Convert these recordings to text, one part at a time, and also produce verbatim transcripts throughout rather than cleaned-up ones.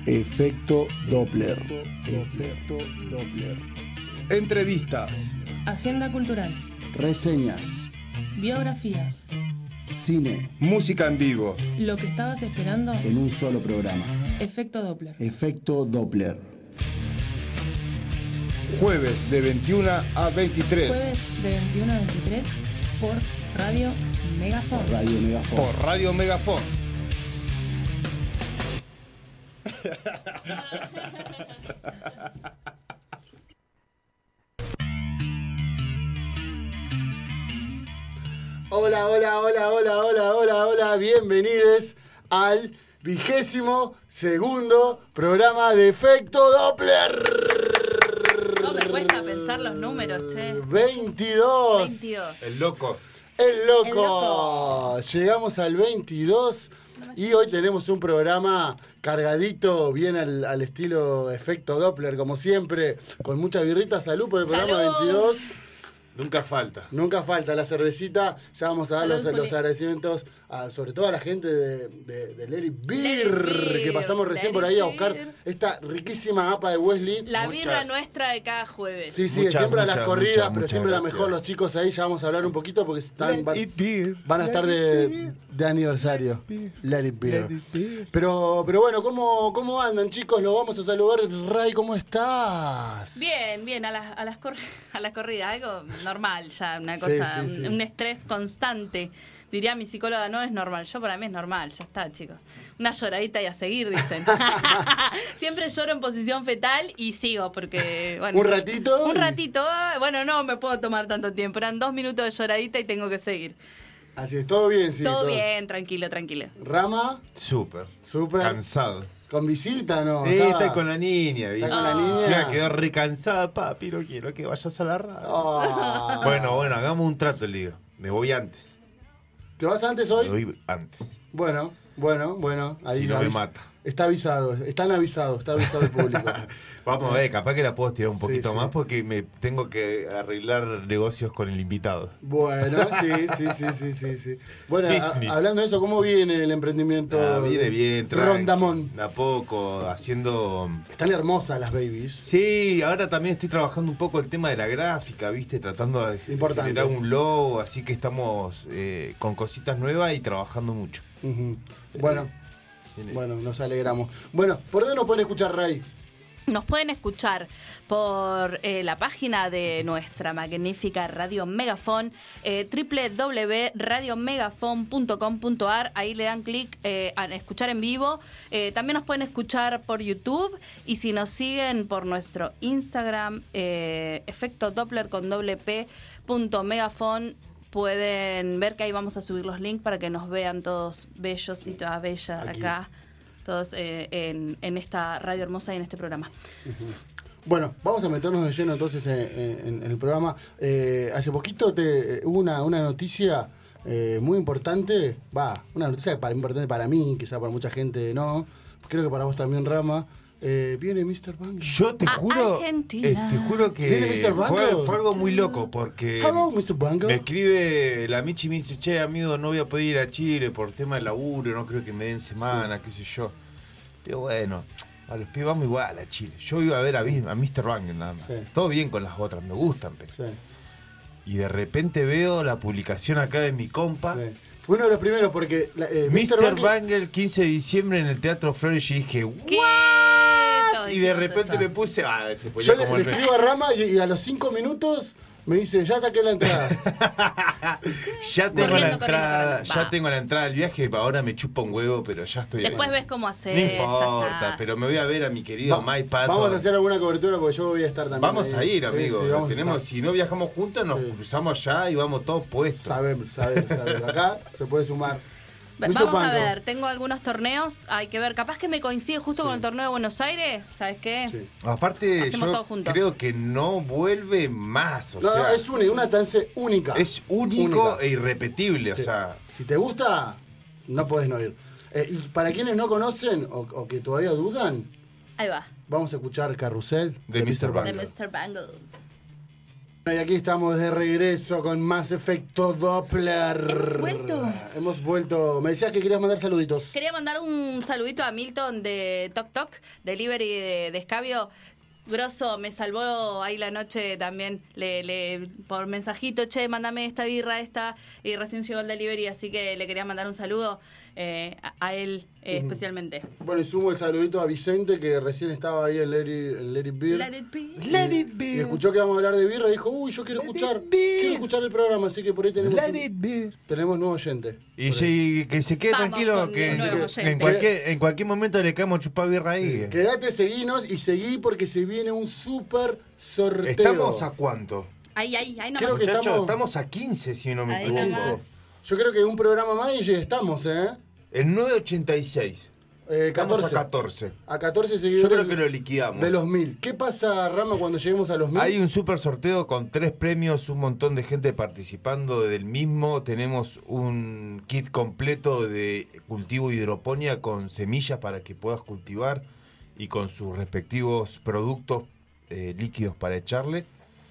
Efecto Doppler. Efecto Doppler. Entrevistas. Agenda cultural. Reseñas. Biografías. Cine. Música en vivo. Lo que estabas esperando En un solo programa. Efecto Doppler. Efecto Doppler. Jueves de veintiuna a veintitrés. Jueves de veintiuno a veintitrés por Radio Megafon. Por Radio Megafon. Por Radio Megafon. Hola, hola, hola, hola, hola, hola, hola, bienvenidos al vigésimo segundo programa de Efecto Doppler. No me cuesta pensar los números, che. veintidós. veintidós. El loco. El loco. El loco. Llegamos al veintidós y hoy tenemos un programa cargadito, bien al, al estilo Efecto Doppler, como siempre, con mucha birrita. Salud por el programa ¡Salud! veintidós. Nunca falta. Nunca falta la cervecita. Ya vamos a dar Salud, los, Juli. los agradecimientos a, sobre todo a la gente de, de, de Let It Beer, Let It Beer, que pasamos recién Let por It ahí a buscar Beer. esta riquísima A P A de Wesley. La Muchas. birra nuestra de cada jueves. Sí, sí, Muchas, siempre a las muchas, corridas, muchas, pero muchas siempre la gracias. mejor. Los chicos ahí ya vamos a hablar un poquito porque están, Let van, it be. van a estar Let de, it be. de aniversario. Let it be. Let It Beer. Let it be. Pero, pero bueno, ¿cómo, ¿cómo andan, chicos? Los vamos a saludar. Ray, ¿cómo estás? Bien, bien, a las, a las, cor- a las corridas, algo normal ya, una Sí, cosa, sí, un, sí. un estrés constante. Diría mi psicóloga, no es normal, yo para mí es normal, ya está, chicos. Una lloradita y a seguir, dicen. Siempre lloro en posición fetal y sigo, porque, bueno. ¿Un ratito? Un Y- ratito, ah, bueno, no me puedo tomar tanto tiempo, eran dos minutos de lloradita y tengo que seguir. Así es, todo bien, sí. todo, bien, tranquilo, tranquilo. Rama, Súper. súper. Cansado. ¿Con visita no? Sí, Estaba- está con la niña, ¿viste? ¿Está con la Oh. niña? Encima quedó recansada, papi, no quiero que vayas a la radio. Ah. Bueno, bueno, hagamos un trato, le digo. Me voy antes. ¿Te vas antes hoy? Me voy antes. Bueno, bueno, bueno. Si no me avis- mata. Está avisado, están avisados, está avisado el público. Vamos a ver, capaz que la puedo estirar un Sí, poquito sí. más porque me tengo que arreglar negocios con el invitado. Bueno, sí, sí, sí, sí, sí, sí. Bueno, a- Business. hablando de eso, ¿cómo viene el emprendimiento? Ah, viene de bien, tranqui, Rondamón. de a poco, haciendo... Están hermosas las babies. Sí, ahora también estoy trabajando un poco el tema de la gráfica, ¿viste? Tratando de Importante. generar un logo, así que estamos eh, con cositas nuevas y trabajando mucho. Ujú. Bueno, Viene- bueno, nos alegramos. Bueno, ¿por dónde nos pueden escuchar, Ray? Nos pueden escuchar por eh, la página de nuestra magnífica Radio Megafon, eh, doble u doble u doble u punto radio megafon punto com punto a r. Ahí le dan clic eh, a escuchar en vivo. Eh, también nos pueden escuchar por YouTube. Y si nos siguen por nuestro Instagram, eh, efecto Doppler con doble P punto megafon, pueden ver que ahí vamos a subir los links para que nos vean todos bellos y todas bellas Aquí. acá. Todos eh, en, en esta radio hermosa y en este programa. Bueno, vamos a meternos de lleno entonces en, en- en el programa. Eh, hace poquito te, hubo una, una noticia eh, muy importante, va, una noticia para, importante para mí, quizá para mucha gente no, creo que para vos también, Rama. Eh, viene mister Bang. Yo te A juro, Argentina. eh, te juro que ¿Viene mister fue, Bangle? fue algo muy loco porque Hello, mister Bangle. me escribe la Michi y me dice, che, amigo, no voy a poder ir a Chile por tema de laburo, no creo que me den semana, qué sé yo. Digo, bueno, a los pibes vamos igual a Chile. Yo iba a ver a, a mister Bangle nada más. Sí. Todo bien con las otras, me gustan, pero... Sí, Y de repente veo la publicación acá de mi compa. sí. Fue uno de los primeros porque la- eh, mister mister Bangle- Bangle, quince de diciembre en el Teatro Flores, y dije, ¿Qué? ¿what? Todos Y de dijimos repente eso. me puse, ah, se ponía Yo le, como le el... escribo a Rama y, y a los cinco minutos me dice, ya saqué la entrada. Ya tengo Corriendo, la corriendo, entrada, corriendo. ya Va. tengo la entrada del viaje, ahora me chupa un huevo, pero ya estoy Después ahí. ves cómo hacer. No ya importa, está. pero me voy a ver a mi querido Va- Mike Patton. Vamos a hacer alguna cobertura porque yo voy a estar también. Vamos a ahí. ir, Sí, amigo. sí, Lo vamos a tenemos, estar. si no viajamos juntos, nos Sí. cruzamos allá y vamos todos puestos. Saber, saber, saber. Acá se puede sumar. Va- mister Vamos a Bangle. ver, tengo algunos torneos, hay que ver. Capaz que me coincide justo Sí. con el torneo de Buenos Aires, ¿sabes qué? Sí. Aparte, Hacemos todo yo juntos. creo que no vuelve más, o No, sea, no, es única, una chance única. es único Única. e irrepetible, Sí. o sea, Si te gusta, no podés no ir. Eh, y para quienes no conocen o, o que todavía dudan, Ahí va, vamos a escuchar Carrusel De mister de Bangle. mister Bangle. Y aquí estamos de regreso con más efecto Doppler. ¿Hemos vuelto? Hemos vuelto. Me decías que querías mandar saluditos. Quería mandar un saludito a Milton de Toc Toc, delivery de, de Escabio. Grosso, me salvó ahí la noche también, le, le por mensajito, che, mándame esta birra, esta, y recién llegó el delivery, así que le quería mandar un saludo eh, a, a él eh, Ujú. especialmente. Bueno, y sumo el saludito a Vicente, que recién estaba ahí en Let It, en Let It Beer. Let it be. Let y, it be. y escuchó que vamos a hablar de birra y dijo, uy, yo quiero Let escuchar, it be. quiero escuchar el programa, así que por ahí tenemos, Let un- it be. tenemos nuevo oyente. Y Por ahí. sí, que se quede Vamos tranquilo, con que, nuevos que oyentes. en, cualquier, en cualquier momento le caemos chupar birra ahí. Quédate, seguinos y seguí porque se viene un súper sorteo. ¿Estamos a cuánto? Ahí, ahí, ahí nomás. Creo que Muchachos, estamos- estamos a quince, si no me Ahí equivoco. nomás. Yo creo que un programa más y ya estamos, ¿eh? El nueve ochenta y seis. Eh, Estamos catorce. a catorce. A catorce Yo seguidores creo que lo liquidamos. de los mil. ¿Qué pasa, Rama, cuando lleguemos a los mil? Hay un super sorteo con tres premios, un montón de gente participando del mismo. Tenemos un kit completo de cultivo hidroponía con semillas para que puedas cultivar y con sus respectivos productos eh, líquidos para echarle.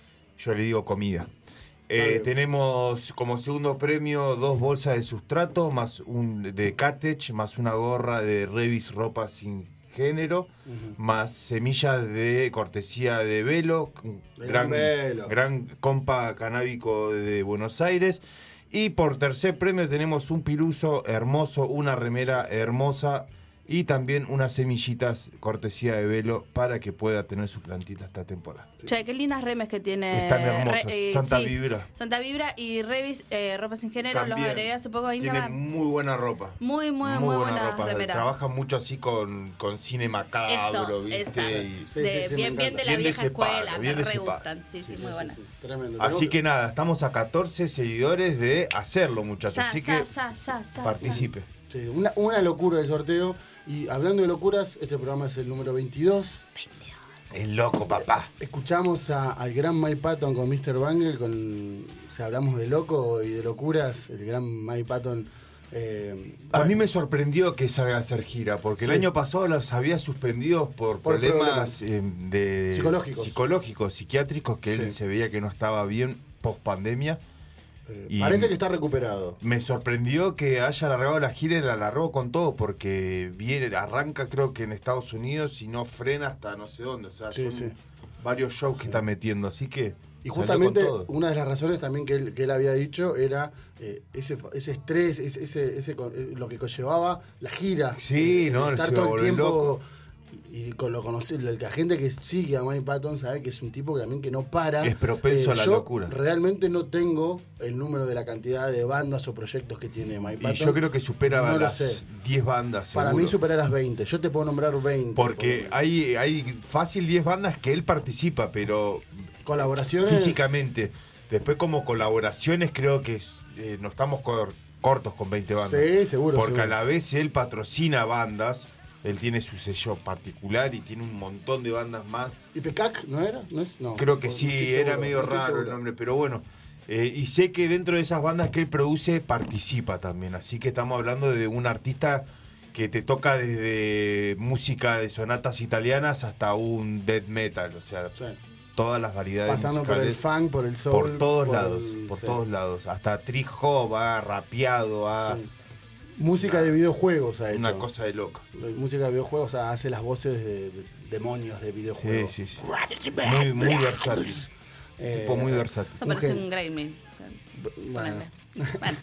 Yo le digo comida. Eh, bien. tenemos como segundo premio dos bolsas de sustrato, más un de Catech, más una gorra de Revis Ropa Sin Género, Ujú. más semillas de cortesía de Velo, un De gran, Velo. gran compa canábico de Buenos Aires. Y por tercer premio tenemos un piluso hermoso, una remera hermosa y también unas semillitas cortesía de Velo para que pueda tener su plantita esta temporada. Che, qué lindas remes que tiene. Están hermosas, Re- eh, Santa sí, Vibra. Santa Vibra y Revis, eh, Ropa Sin Género, También los agregué hace poco a tiene Instagram. muy buena ropa. Muy, muy, muy buenas remeras. Trabaja mucho así con, con cine macabro, Eso, ¿viste? esas. Y- Sí, de, sí, sí, bien, me bien de encanta. la Bien de vieja ese palo, escuela, bien me de re ese palo. gustan. Sí, sí, Sí, muy sí, buenas. sí, tremendo. Así Tenemos que nada, estamos a catorce seguidores de hacerlo, muchachos. Ya, así ya, que ya, ya, ya, participe. Sí, una, una locura el sorteo. Y hablando de locuras, este programa es el número veintidós. El loco, papá. Escuchamos a- al gran Mike Patton con mister Bangle. Con, o sea, hablamos de loco y de locuras. El gran Mike Patton. eh, A bueno, mí me sorprendió que salga a hacer gira, porque Sí. el año pasado los había suspendido por, Por problemas, eh, de Psicológicos. psicológicos, psiquiátricos, que él Sí. se veía que no estaba bien post pandemia. eh, y- parece que está recuperado. Me sorprendió que haya alargado la gira y la alargó con todo, porque viene, arranca creo que en Estados Unidos y no frena hasta no sé dónde. O sea, Sí, son sí. varios shows que está metiendo, así que. Y salió justamente con todo. una de las razones también que él, que él había dicho era eh, ese, ese estrés, ese, ese, ese co- eh, lo que conllevaba la gira. Sí, el- el no, estar se iba a todo el volver tiempo. loco. Y, y con lo conocido, la gente que sigue a Mike Patton sabe que es un tipo que también que no para. Es propenso a la yo locura. Realmente no tengo el número de la cantidad de bandas o proyectos que tiene Mike Y Patton. yo creo que supera No lo las sé. diez bandas. Para seguro. mí supera las veinte. Yo te puedo nombrar veinte. Porque por- hay, hay fácil diez bandas que él participa, pero colaboraciones. físicamente. Después como colaboraciones creo que eh, no estamos cor- cortos con veinte bandas. Sí, seguro. Porque seguro. a la vez él patrocina bandas, él tiene su sello particular y tiene un montón de bandas más. ¿Y Pecac no era? ¿No es? No. Creo que no sí, estoy era seguro, medio no estoy raro seguro. el nombre, pero bueno. Eh, y sé que dentro de esas bandas que él produce participa también. Así que estamos hablando de un artista que te toca desde música de sonatas italianas hasta un death metal. O sea, Sí. todas las variedades Pasando por el musicales. funk, por el soul. Por todos por lados, el- por sí, todos lados. Hasta trip hop, ha rapeado, ha sí. Música Una- de videojuegos ha hecho. una cosa de loco. Música de videojuegos, o sea, hace las voces de, de demonios de Sí, videojuegos. sí, sí. Muy, muy versátil. Eh, tipo muy versátil. Eso Un parece genio. un Gremlin. Bueno, Ponele. Bueno,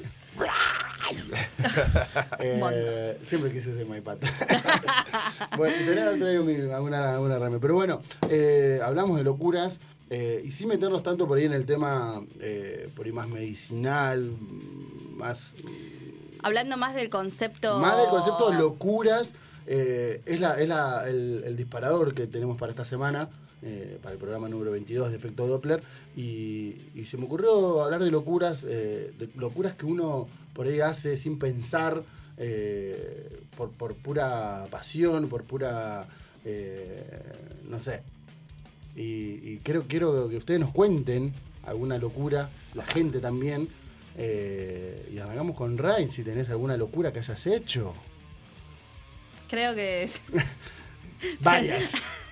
eh, siempre quise ser My Pat. Bueno, tenía que haber traído mi- alguna, alguna rame. Pero bueno, eh, hablamos de locuras. eh, y sin meternos tanto por ahí en el tema, eh, por ahí más medicinal, más hablando más del concepto. Más del concepto de locuras, eh, es, la, es la, el, el disparador que tenemos para esta semana, eh, para el programa número veintidós de Efecto Doppler. Y, y se me ocurrió hablar de locuras, eh, de locuras que uno por ahí hace sin pensar, eh, por, por pura pasión, por pura, eh, no sé. Y, y quiero, quiero que ustedes nos cuenten alguna locura, la gente también. Eh, y arrancamos con Ryan, si tenés alguna locura que hayas hecho. Creo que. Varias.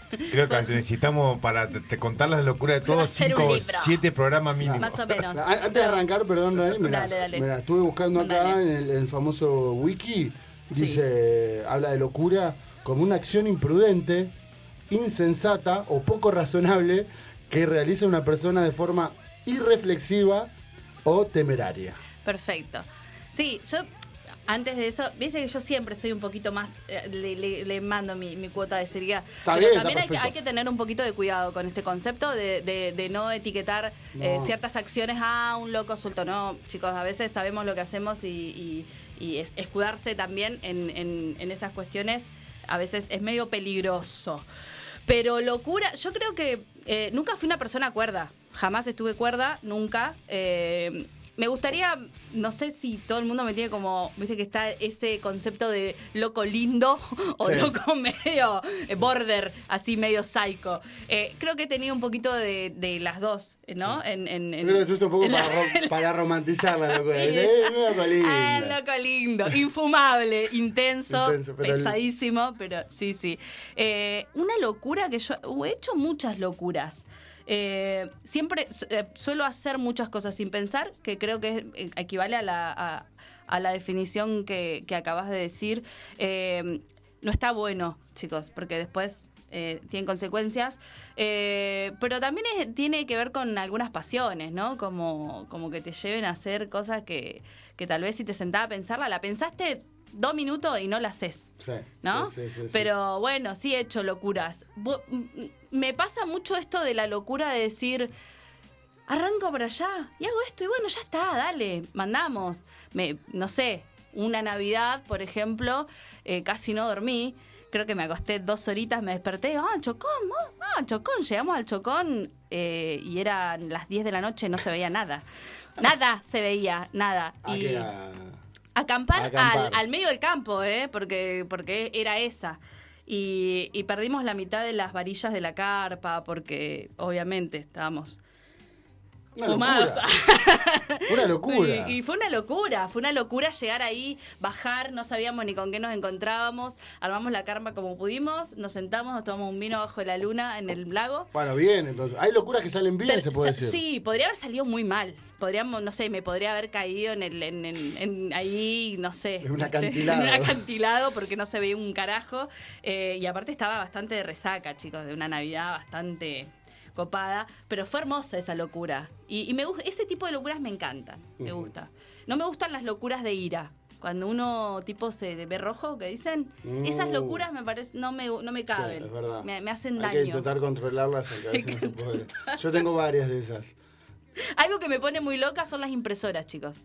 Creo que necesitamos, para te, te contar las locuras de todos, Hacer un cinco o libro. siete programas mínimo. Más o menos. A- Antes de arrancar, perdón, Noel, mirá, Dale, dale. mirá, estuve buscando acá Dale. en el, en el famoso wiki, Sí. dice, habla de locura como una acción imprudente, insensata o poco razonable que realiza una persona de forma irreflexiva o temeraria. Perfecto. Sí, yo antes de eso, viste que yo siempre soy un poquito más, eh, le, le- le mando mi, mi cuota de seriedad. Está Pero bien, está también hay que, perfecto. hay que tener un poquito de cuidado con este concepto de, de- de no etiquetar No. eh, ciertas acciones a un loco suelto. No, chicos, a veces sabemos lo que hacemos y, y- y es- escudarse también en, en- en esas cuestiones a veces es medio peligroso. Pero locura, yo creo que eh, nunca fui una persona cuerda. Jamás estuve cuerda, nunca. Eh, me gustaría, no sé si todo el mundo me tiene como, viste que está ese concepto de loco lindo o Sí. loco medio eh, border, así medio psycho. Eh, creo que he tenido un poquito de, de las dos, ¿no? En, en- Yo en- creo que eso es un poco en la- para, ro- para romantizar la locura. Sí. Eh, una loco linda. Ah, loco lindo, infumable, intenso, Intenso, pero el- pesadísimo, pero sí, sí. Eh, una locura que yo he hecho muchas locuras. Eh, siempre eh, suelo hacer muchas cosas sin pensar, que creo que es- eh, equivale a la, a, a la definición que, que acabas de decir. Eh, no está bueno, chicos, porque después eh, tienen consecuencias. Eh, pero también es- tiene que ver con algunas pasiones, ¿no? Como, como que te lleven a hacer cosas que, que tal vez si te sentaba a pensarla, la pensaste dos minutos y no la haces. Sí, ¿No? sí, sí, sí, sí. Pero bueno, sí he hecho locuras. Bu- m- Me pasa mucho esto de la locura de decir, arranco para allá y hago esto y bueno, ya está, dale, mandamos. Me, no sé, una Navidad, por ejemplo, eh, casi no dormí. Creo que me acosté dos horitas, me desperté. Ah, Chocón, oh, ah, Chocón. Llegamos al Chocón eh, y eran las diez de la noche, no se veía nada. Nada se veía, nada. Ah, y que a- acampar, acampar. Al, al medio del campo, ¿eh? Porque, porque era esa. Y, y perdimos la mitad de las varillas de la carpa porque obviamente estábamos Una fumados. locura. Una locura. Y, y fue una locura, fue una locura llegar ahí, bajar, no sabíamos ni con qué nos encontrábamos, armamos la carpa como pudimos, nos sentamos, nos tomamos un vino bajo la luna en el lago. Bueno, bien, entonces. Hay locuras que salen bien, Pero, se puede sa- decir. Sí, podría haber salido muy mal. Podríamos, no sé, me podría haber caído en el, en, en- en- ahí, no sé. En un ¿viste? acantilado. En un acantilado porque no se veía un carajo. Eh, y aparte estaba bastante de resaca, chicos, de una Navidad bastante copada. Pero fue hermosa esa locura. Y, y me gusta, ese tipo de locuras me encantan. Me Ujú. gusta. No me gustan las locuras de ira. Cuando uno tipo se ve rojo, que dicen, Mm. esas locuras me parece, no me, no me caben. Sí, es verdad. Me, me hacen Hay daño. que intentar controlarlas, aunque a Hay veces no que se puede. Yo tengo varias de esas. Algo que me pone muy loca son las impresoras, chicos.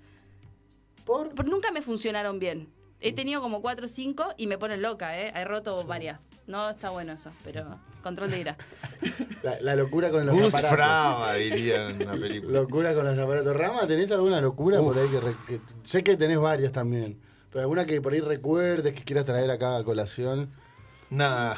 ¿Por? Pero nunca me funcionaron bien. He tenido como cuatro o cinco y me ponen loca, ¿eh? He roto varias. No está bueno eso, pero control de ira. La, la locura con los Gus aparatos. Fraba, diría en una película. Locura con los aparatos. Rama, ¿tenés alguna locura Uf. por ahí que, re- que- sé que tenés varias también, pero alguna que por ahí recuerdes que quieras traer acá a colación? Nada.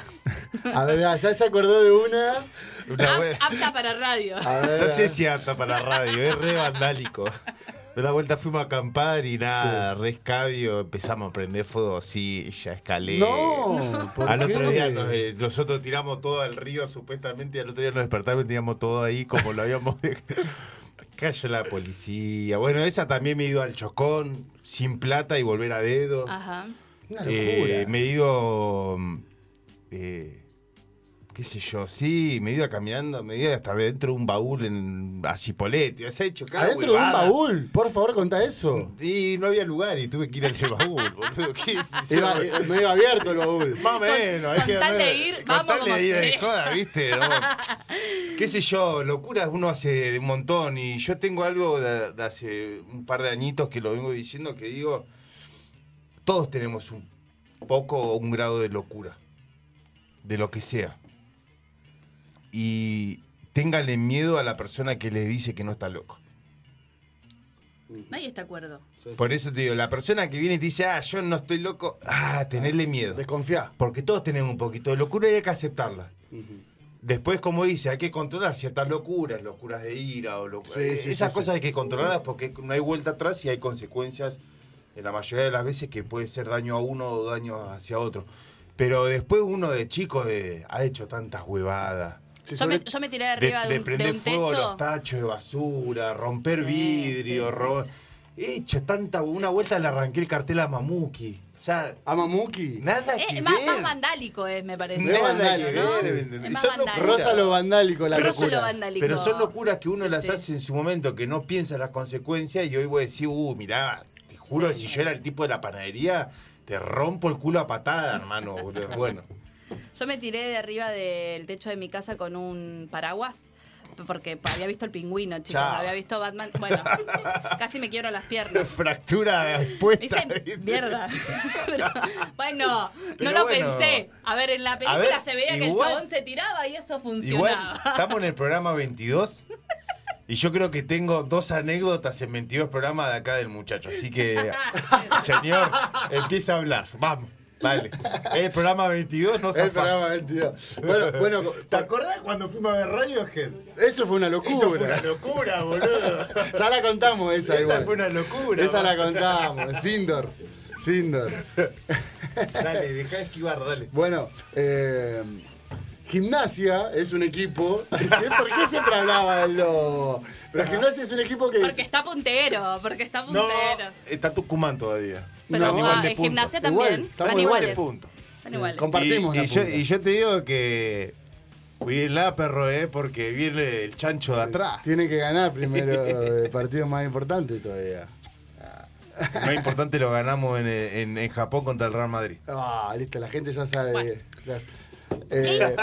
A ver, ya se acordó de una. Una Ap- vez- apta para radio. A ver, No a sé ver. si apta para la radio, es re vandálico. Una vuelta fuimos a acampar y nada, Sí. re escabio, empezamos a prender fuego, silla, escalé. No, ¿por Al qué? otro día nos, eh, nosotros tiramos todo al río supuestamente y al otro día nos despertamos y teníamos todo ahí como lo habíamos cayó la policía. Bueno, esa también me he ido al Chocón sin plata y volver a dedo. Ajá. Una locura. Eh, me he ido mm, eh, qué sé yo, sí, me he ido caminando, me he ido hasta dentro de un baúl en a Cipolletti, has hecho cada Adentro de un huevada. baúl, por favor, contá eso. Y no había lugar y tuve que ir al baúl, boludo. ¿Qué es eso? Iba, eh, medio abierto el baúl. Más o menos, hay con que tal de andar- ir, con vamos tal como de ir de sea. joda, ¿viste? ¿No? Qué sé yo, locuras uno hace de un montón y yo tengo algo de, de hace un par de añitos que lo vengo diciendo que digo, todos tenemos un poco o un grado de locura, de lo que sea. Y ténganle miedo a la persona que les dice que no está loco. Nadie está de acuerdo. Por eso te digo, la persona que viene y te dice, ah, yo no estoy loco, ah, tenerle miedo. Desconfiá. Porque todos tenemos un poquito de locura y hay que aceptarla. Ujú. Después, como dice, hay que controlar ciertas locuras, locuras de ira o locuras. Sí, sí, esas sí, cosas sí. hay que controlarlas porque no hay vuelta atrás y hay consecuencias en la mayoría de las veces que puede ser daño a uno o daño hacia otro. Pero después uno de chico de, ha hecho tantas huevadas. Sí, Yo me, sobre- yo me tiré de De, arriba de, de un, de prender un fuego techo. los tachos de basura, romper Sí, vidrio, sí, sí, ro- sí. He hecho tanta. Sí, Una sí, vuelta sí. le arranqué el cartel a Mamuki. O sea, ¿A Mamuki? nada Eh, que más, ver. más vandálico es, me parece. Medio Nada que vandálico, ver, ¿no? ¿me Es entendés? más Son vandálico. locuras. Rosa lo vandálico, la Rosa lo locura. vandálico. Pero son locuras que uno Sí, las sí. hace en su momento, que no piensa las consecuencias y hoy voy a decir, uh, mirá, te juro Sí. que si yo era el tipo de la panadería, te rompo el culo a patada, hermano. boludo. Bueno, Yo me tiré de arriba del techo de mi casa con un paraguas. Porque había visto el pingüino, chicos. Chao. Había visto Batman. Bueno, casi me quiebro las piernas. fractura expuesta. Dice mierda. Pero, bueno, Pero no lo bueno. pensé. A ver, en la película ver, se veía que el igual- chabón se tiraba y eso Igual, funcionaba. estamos en el programa veintidós y yo creo que tengo dos anécdotas en veintidós programas de acá del muchacho. Así que, señor, empieza a hablar. Vamos, dale. El programa veintidós no El zafás. programa veintidós. Bueno, bueno, ¿Te acordás cuando fuimos a ver Radiohead? eso fue una locura. Eso fue una locura, boludo. Ya la contamos esa, Esa igual. fue una locura. Esa la man. contamos. Sindor. Sindor. Dale, dejá de esquivar, dale. Bueno, eh, Gimnasia es un equipo. ¿Por qué siempre hablaba del lobo? Pero Gimnasia es un equipo que. Porque está puntero, porque está No, puntero. está Tucumán todavía. Pero Están igual ah, de en puntos. gimnasia Igual, también. estamos Están iguales. iguales. puntos. Están Sí, iguales. compa- Compartimos y, la y yo, punta. y yo te digo que cuídenla, perro, eh, porque viene el chancho de atrás. Tienen que ganar primero el partido más importante todavía. Lo más importante lo ganamos en, en, en Japón contra el Real Madrid. Ah, listo, la gente ya sabe. Bueno. ya- eh,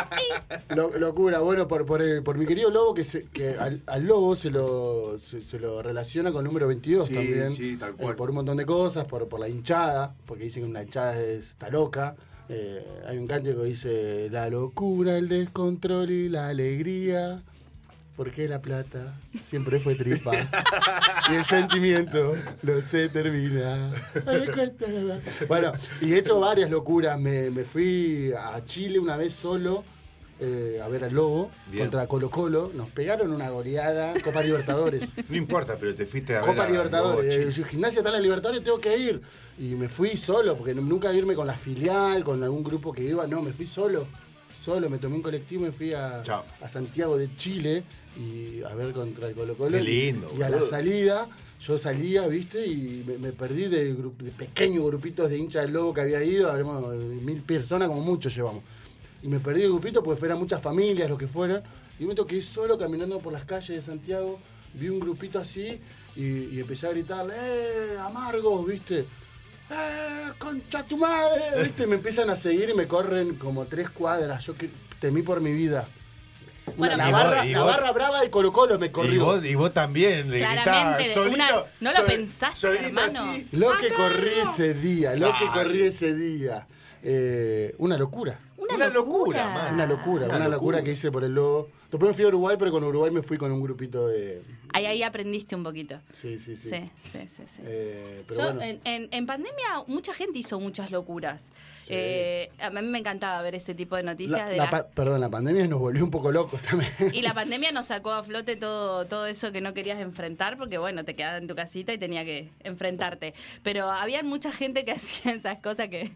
lo- locura, bueno, por, por, el- por mi querido Lobo, que, se- que al, al Lobo se lo, se, se lo relaciona con el número veintidós Sí, también. sí, tal cual. Eh, por un montón de cosas, por, por la hinchada, porque dicen que una hinchada es- está loca. Eh, hay un cántico que dice: la locura, el descontrol y la alegría. Porque la plata siempre fue tripa. Y el sentimiento no se termina. Ay, cuesta la verdad. Bueno, y he hecho varias locuras. Me, me fui a Chile una vez solo eh, a ver al Lobo Bien. contra Colo Colo. Nos pegaron una goleada. Copa Libertadores. No importa, pero te fuiste a ver Copa a- Libertadores. Lobo, Eh, yo, Gimnasia está en la Libertadores, tengo que ir. Y me fui solo, porque nunca irme con la filial, con algún grupo que iba. No, me fui solo. Solo, me tomé un colectivo y me fui a, Chao. a Santiago de Chile y a ver contra el Colo Colo. Qué Y- lindo, Y, a la boludo. salida, yo salía, viste, y me, me perdí de, gru- de pequeños grupitos de hinchas del Lobo que había ido. Habremos eh, mil personas, como mucho llevamos. Y me perdí el grupito porque fueran muchas familias, lo que fuera. Y me toqué solo caminando por las calles de Santiago. Vi un grupito así y, y empecé a gritarle: ¡eh, amargos! ¿Viste? ¡eh, concha tu madre! ¿Viste? Me empiezan a seguir y me corren como tres cuadras. Yo que temí por mi vida. Una, Bueno, la y barra, vos- y la vos- barra brava de Colo Colo me Y corrió. vos, y vos también le Claramente, gritabas solito. una- no lo sol- pensaste, solito hermano. así. Lo que corrí ese día, lo que Dale. corrí ese día. Eh, una locura. Una, Una locura, locura. man. Una locura, Una una, locura. locura que hice por el Lobo. Después me fui a Uruguay, pero con Uruguay me fui con un grupito de. Ahí, ahí aprendiste un poquito. Sí, sí, sí. Sí, sí, sí, sí. Eh, pero Yo, bueno. en, en- en pandemia mucha gente hizo muchas locuras. Sí. Eh, a mí me encantaba ver este tipo de noticias. La- de la la- pa- perdón, la pandemia nos volvió un poco locos también. Y la pandemia nos sacó a flote todo, todo eso que no querías enfrentar porque, bueno, te quedabas en tu casita y tenía que enfrentarte. Pero había mucha gente que hacía esas cosas que,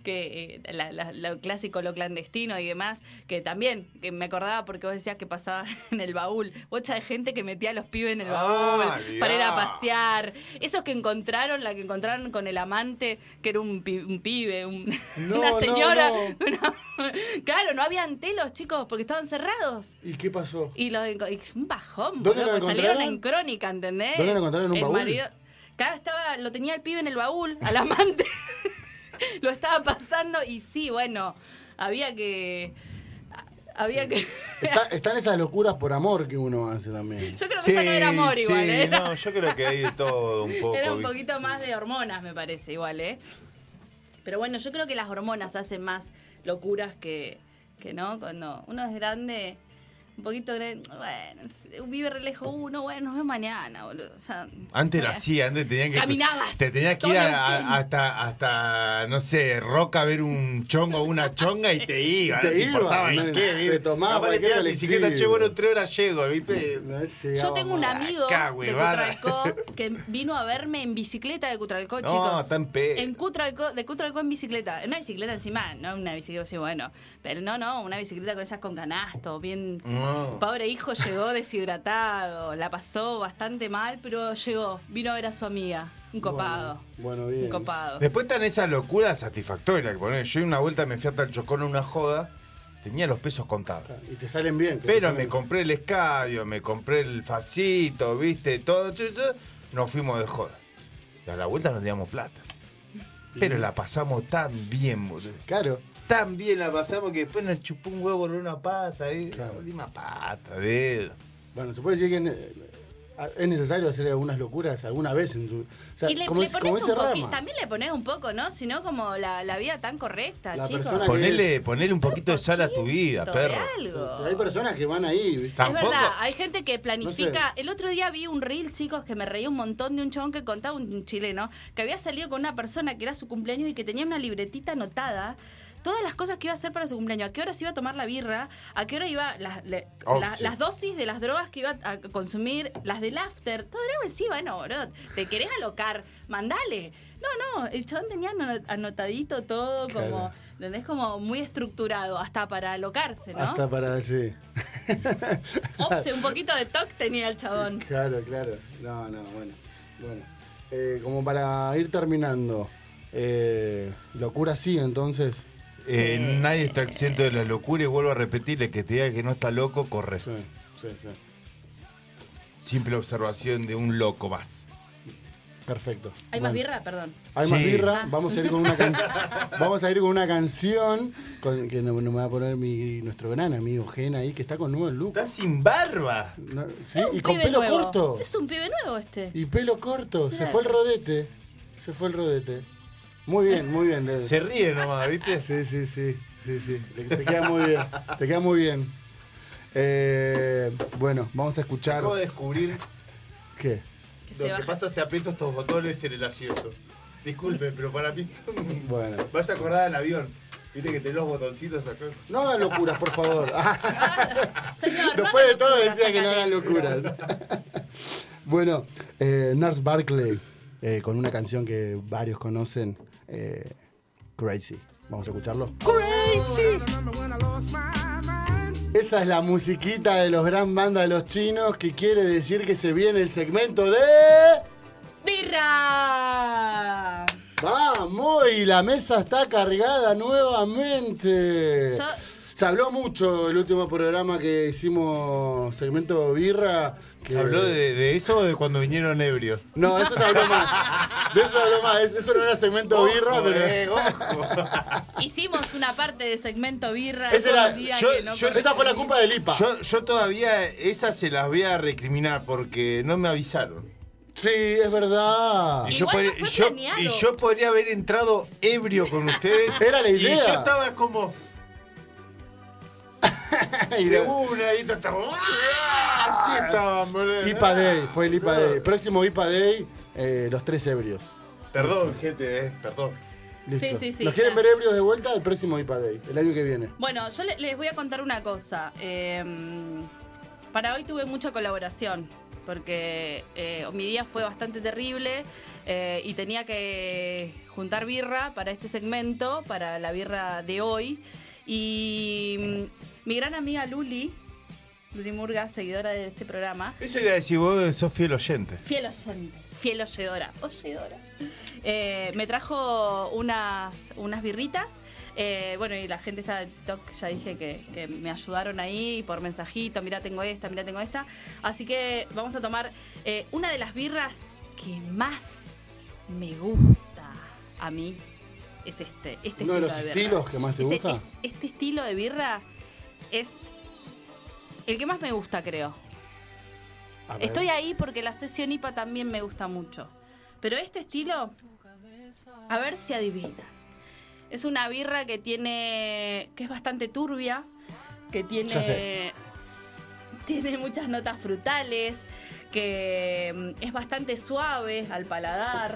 que eh, la- la- lo clásico, lo clandestino y demás, que también que me acordaba porque vos decías que pasaba en el baúl. Bocha de gente que metía a los pibes en el baúl Ah, mirá. para ir a pasear. Esos que encontraron, la que encontraron con el amante, que era un, pi- un pibe, un- No, una no, señora. no. una- claro, no habían telos, chicos, porque estaban cerrados. ¿Y qué pasó? Y los enco- y un bajón, ¿Dónde boludo, lo pues salieron encontraron? en crónica, ¿entendés? ¿Dónde lo encontraron? ¿En un El baúl? marido- Claro, estaba, lo tenía el pibe en el baúl, al amante. Lo estaba pasando y sí, bueno, había que. Había que. Está- están esas locuras por amor que uno hace también. Yo creo que esa no era amor sí, igual, ¿eh? no, yo creo que hay de todo un poco. Era un ¿viste? poquito más de hormonas, me parece, igual, ¿eh? Pero bueno, yo creo que las hormonas hacen más locuras que, que no. Cuando uno es grande, un poquito, bueno, vive re lejos uno, bueno, nos vemos mañana, boludo. O sea, Antes era bueno, así, antes tenían que. caminabas. Te tenías que todo ir a- Neuquén. a- hasta, hasta, no sé, Roca a ver un chongo o una chonga y te iba. Te no te iba, importaba man, ni qué, te ¿viste? tomaba Capaz que cualquier te iba en bicicleta, che, colectivo. bueno, en tres horas llego, ¿viste? No Yo llegaba tengo un más. amigo Acá, de huevada. Cutralcó que vino a verme en bicicleta de Cutralcó, No, chicos. está en pedo. En Cutralcó, de Cutralcó en bicicleta. En una bicicleta encima, no una bicicleta así, bueno. Pero no, no, una bicicleta con esas con canasto, bien. No. Pobre hijo llegó deshidratado, la pasó bastante mal, pero llegó, vino a ver a su amiga. Un copado. Bueno, bueno, bien. Un copado. Después están esas locuras satisfactorias que poner. Yo una vuelta me fui hasta el Chocón a una joda, tenía los pesos contados. Y te salen bien. que te Pero salen me bien. compré el escadio, me compré el facito, viste, todo, chu, chu, nos fuimos de joda. Y a la vuelta nos teníamos plata. Pero la pasamos tan bien, boludo. Claro. Tan bien la pasamos que después nos chupó un huevo en una pata, ¿eh? Claro. La última pata, dedo. Bueno, se puede decir que es- es necesario hacer algunas locuras alguna vez en tu. O sea, Y le, como, le es- pones como un dice poquito, Rama, también le pones un poco, ¿no? Sino como la, la vida tan correcta, La chicos. persona que- Ponele, es- ponele un poquito de sal a tu vida, De perro. algo. o sea, hay personas que van ahí, ¿viste? Es Tampoco- verdad, hay gente que planifica. No sé. El otro día vi un reel, chicos, que me reí un montón de un chabón que contaba, un chileno, que había salido con una persona que era su cumpleaños y que tenía una libretita anotada. Todas las cosas que iba a hacer para su cumpleaños, a qué hora se iba a tomar la birra, a qué hora iba las, le- Oh, la- sí. las dosis de las drogas que iba a consumir, las del after, todo era así, bueno, bro, te querés alocar, mandale. No, no, el chabón tenía ano- anotadito todo, como, Claro. ¿entendés? Como muy estructurado, hasta para alocarse, ¿no? Hasta para decir. Opse, un poquito de toc tenía el chabón. Claro, claro. No, no, bueno. Bueno. Eh, como para ir terminando. Eh, locura sí, entonces. Eh, Sí. nadie está exento de la locura y vuelvo a repetirle que te diga que no está loco, corre. Sí, sí, sí. Simple observación de un loco más. Perfecto. ¿Hay Bueno, más birra? Perdón. Hay Sí. más birra. Ah. Vamos a ir con una can- Vamos a ir con una canción con- que nos no me va a poner mi, nuestro gran amigo Gena ahí, que está con nuevo look. Está sin barba. No, sí, Es un y con pibe pelo nuevo. corto. Es un pibe nuevo este. Y pelo corto. Se Mirá. fue el rodete. Se fue el rodete. Muy bien, muy bien. Le- Se ríe nomás, ¿viste? Sí, sí, sí, sí, sí. Le- Te queda muy bien. Te queda muy bien. Eh, bueno, vamos a escuchar. Acabo de descubrir ¿Qué? Que se lo que baja. pasa si aprieto estos botones en el asiento. Disculpe, pero para mí esto- Bueno. vas a acordar del avión. Viste que tenés los botoncitos acá. No hagan locuras, por favor. Señor, no Después de haga todo locuras, decía que no sácale. hagan locuras. Bueno, eh, Nars Barkley, eh, con una canción que varios conocen, eh, Crazy. Vamos a escucharlo. ¡Crazy! Esa es la musiquita de los gran bandas de los chinos, que quiere decir que se viene el segmento de... ¡Birra! ¡Vamos! Y la mesa está cargada nuevamente. Yo- Se habló mucho el último programa que hicimos, segmento birra. Que... ¿Se habló de, de eso o de cuando vinieron ebrios? No, eso se habló más. De eso se habló más. Es- Eso no era segmento birra, Ojo, pero... eh, ojo. Hicimos una parte de segmento birra Ese todo era- el día yo- que no yo- Esa fue la culpa del I P A. Yo, yo todavía esas se las voy a recriminar porque no me avisaron. Sí, es verdad. Y yo, Igual no podría- fue yo- planeado. y yo podría haber entrado ebrio con ustedes. Era la Y idea. yo estaba como Y de la- una y estaba. ¡Ah! Así estaban, boludo. I P A Day, fue el I P A Day. Próximo I P A Day, eh, los tres ebrios. Perdón, gente, eh, perdón. Listo. Sí, sí, sí, ¿Nos quieren claro. ver ebrios de vuelta? El próximo I P A Day, el año que viene. Bueno, yo le- les voy a contar una cosa. Eh, para hoy tuve mucha colaboración, porque eh, mi día fue bastante terrible eh, y tenía que juntar birra para este segmento, para la birra de hoy. Y mm, mi gran amiga Luli, Luli Murga, seguidora de este programa, Eso iba a decir, vos sos fiel oyente. fiel oyente, fiel oyedora, oyedora. Eh, me trajo unas, unas birritas. Eh, bueno, y la gente está de TikTok, ya dije que, que me ayudaron ahí por mensajito. Mira, tengo esta, mira, tengo esta. Así que vamos a tomar eh, una de las birras que más me gusta a mí. Es este, este Uno de estilo los de birra. estilos que más te Ese- gusta. es- este estilo de birra es el que más me gusta, creo. A ver. Estoy ahí porque la sesión I P A también me gusta mucho. Pero este estilo, a ver si adivinan. Es una birra que tiene, que es bastante turbia, que Ya tiene, sé. tiene muchas notas frutales, que mm, es bastante suave al paladar.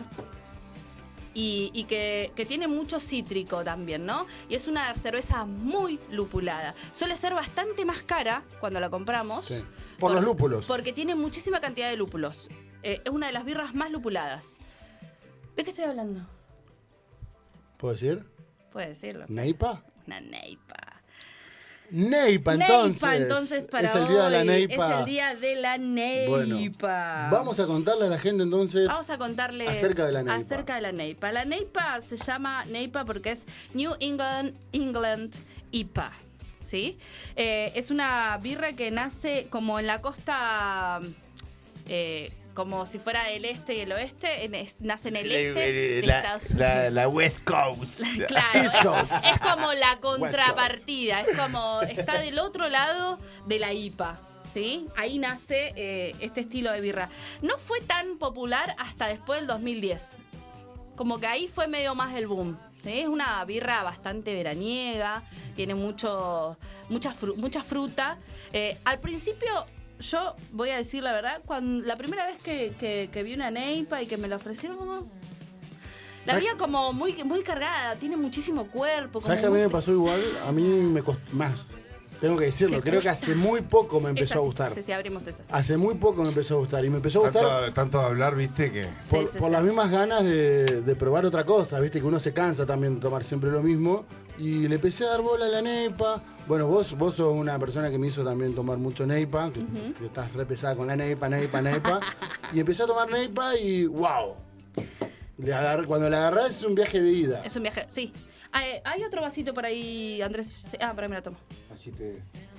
Y, y que, que tiene mucho cítrico también, ¿no? Y es una cerveza muy lupulada. Suele ser bastante más cara cuando la compramos. Sí. Por los lúpulos. Porque tiene muchísima cantidad de lúpulos. Eh, es una de las birras más lupuladas. ¿De qué estoy hablando? ¿Puedo decir? Puede decirlo. ¿Neipa? Una neipa. Neipa, entonces. Neipa, entonces, para es el día hoy. de la neipa. Es el día de la neipa. Bueno, vamos a contarle a la gente entonces. Vamos a contarles acerca de la neipa. acerca de la neipa. La neipa se llama neipa porque es New England England I P A, ¿sí? Eh, es una birra que nace como en la costa, eh, como si fuera el este y el oeste. En, es, nace en el este de la, Estados Unidos. la, la West Coast. Claro, East Coast. es, es como la contrapartida, es como está del otro lado de la I P A. ¿Sí? Ahí nace eh, este estilo de birra. No fue tan popular hasta después del dos mil diez. Como que ahí fue medio más el boom. ¿Sí? Es una birra bastante veraniega, tiene mucho, mucha, fru- mucha fruta. Eh, al principio, yo voy a decir la verdad, cuando la primera vez que, que, que vi una neipa y que me la ofrecieron, como... La veía como muy, muy cargada, tiene muchísimo cuerpo. Como ¿Sabes que a mí muy me pasó pesada. igual? A mí me costó más. Tengo que decirlo, ¿Te creo que cuesta? hace muy poco me Es empezó así, a gustar. Sí, sí, abrimos esas. Hace muy poco me empezó a gustar. Y me empezó a gustar Tanto, tanto hablar, viste, que... por, Sí, sí, por sí. las mismas ganas de, de probar otra cosa, viste, que uno se cansa también de tomar siempre lo mismo. Y le empecé a dar bola a la neipa. Bueno, vos, vos sos una persona que me hizo también tomar mucho neipa, que, Ujú. que estás re pesada con la neipa, neipa, neipa. Y empecé a tomar neipa y wow. Le agarré- cuando la agarrás es un viaje de ida. Es un viaje, sí. Hay, hay otro vasito por ahí, Andrés. Sí, ah, por ahí me la tomo. Así te...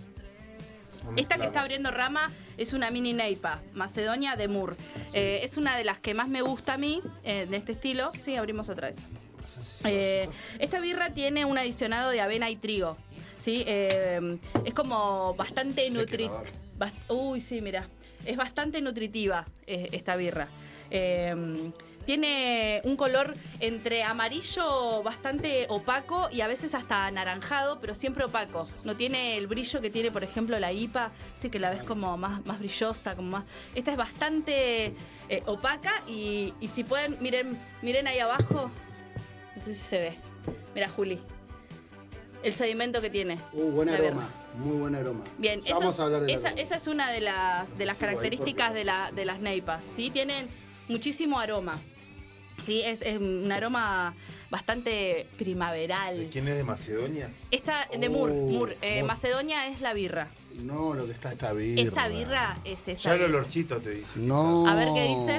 Esta que está abriendo rama es una mini neipa, Macedonia de Moore. Eh, es una de las que más me gusta a mí, eh, de este estilo. Sí, abrimos otra vez. Eh, esta birra tiene un adicionado de avena y trigo. ¿Sí? Eh, es como bastante nutritiva. Uy, sí, mira. Es bastante nutritiva eh, esta birra. Eh, tiene un color entre amarillo bastante opaco y a veces hasta anaranjado, pero siempre opaco. No tiene el brillo que tiene, por ejemplo, la I P A, ¿viste? Que la ves como más, más brillosa, como más. Esta es bastante eh, opaca y, y si pueden, miren, miren ahí abajo. No sé si se ve. Mira, Juli. El sedimento que tiene. Uh, buen la aroma, birra. muy buen aroma. Bien, Ya eso- vamos a hablar de esa, aroma. esa es una de las, de las características de, la, de las neipas. ¿Sí? Tienen muchísimo aroma. Sí, es, es un aroma bastante primaveral. ¿De quién es de Macedonia? Esta de Oh, Moore, Moore. Eh, Moore. Macedonia es la birra. No, lo que está esta birra. Esa birra es esa Ya el birra. olorcito te dice. No. A ver qué dice.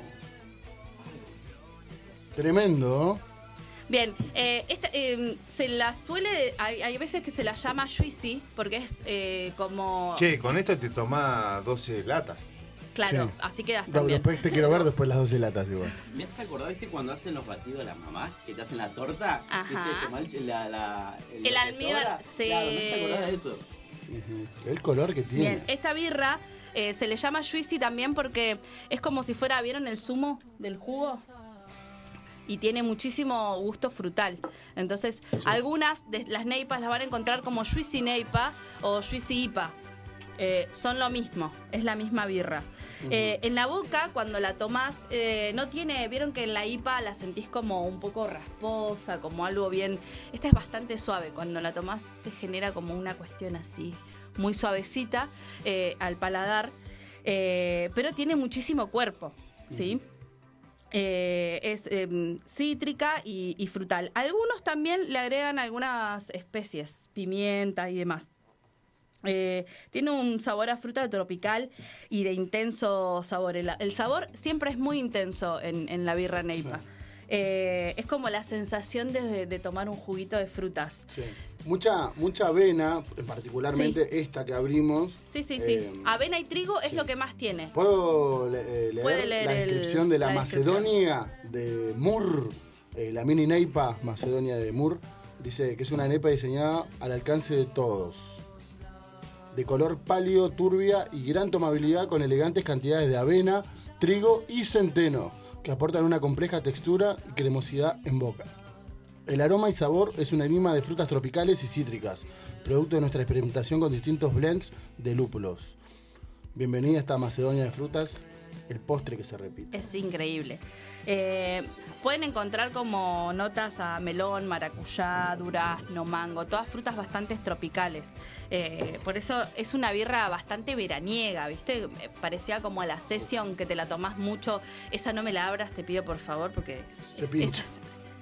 Tremendo. Bien, eh, esta, eh, se la suele, hay, hay veces que se la llama juicy porque es eh, como... Che, con esto te tomás doce latas. Claro, Sí. así quedas No, también. después te quiero ver después las doce latas igual. ¿Me hace acordar, viste, cuando hacen los batidos de las mamás? Que te hacen la torta. Ajá. Que se toma el, la, la, El lo que almíbar, sobra. sí. Claro, me hace acordar de eso. Ujú. El color que tiene. Bien, esta birra eh, se le llama juicy también porque es como si fuera, ¿vieron el zumo del jugo? Y tiene muchísimo gusto frutal. Entonces, algunas de las neipas las van a encontrar como juicy neipa o juicy I P A. Eh, son lo mismo, es la misma birra. Eh, en la boca, cuando la tomás, eh, no tiene, vieron que en la I P A la sentís como un poco rasposa, como algo bien... Esta es bastante suave, cuando la tomás te genera como una cuestión así, muy suavecita eh, al paladar, eh, pero tiene muchísimo cuerpo, ¿sí? Eh, es eh, cítrica y, y frutal. Algunos también le agregan algunas especies, pimienta y demás. Eh, tiene un sabor a fruta tropical y de intenso sabor. El, el sabor siempre es muy intenso en, en la birra neipa. Sí. Eh, es como la sensación de, de tomar un juguito de frutas. Sí. Mucha, mucha avena, particularmente esta que abrimos. Sí, sí, sí. Eh, Avena y trigo es sí. lo que más tiene. ¿Puedo le- eh, leer, Puede leer la el- descripción de la, la descripción. Macedonia de Moore? Eh, la mini neipa Macedonia de Moore. Dice que es una neipa diseñada al alcance de todos. De color pálido, turbia y gran tomabilidad con elegantes cantidades de avena, trigo y centeno, que aportan una compleja textura y cremosidad en boca. El aroma y sabor es un enigma de frutas tropicales y cítricas, producto de nuestra experimentación con distintos blends de lúpulos. Bienvenida a esta Macedonia de frutas, el postre que se repite. Es increíble. Eh, pueden encontrar como notas a melón, maracuyá, durazno, mango, todas frutas bastante tropicales. Eh, por eso es una birra bastante veraniega, ¿viste? Parecía como a la Session, que te la tomás mucho. Esa no me la abras, te pido por favor, porque es, Se es- pincha. es-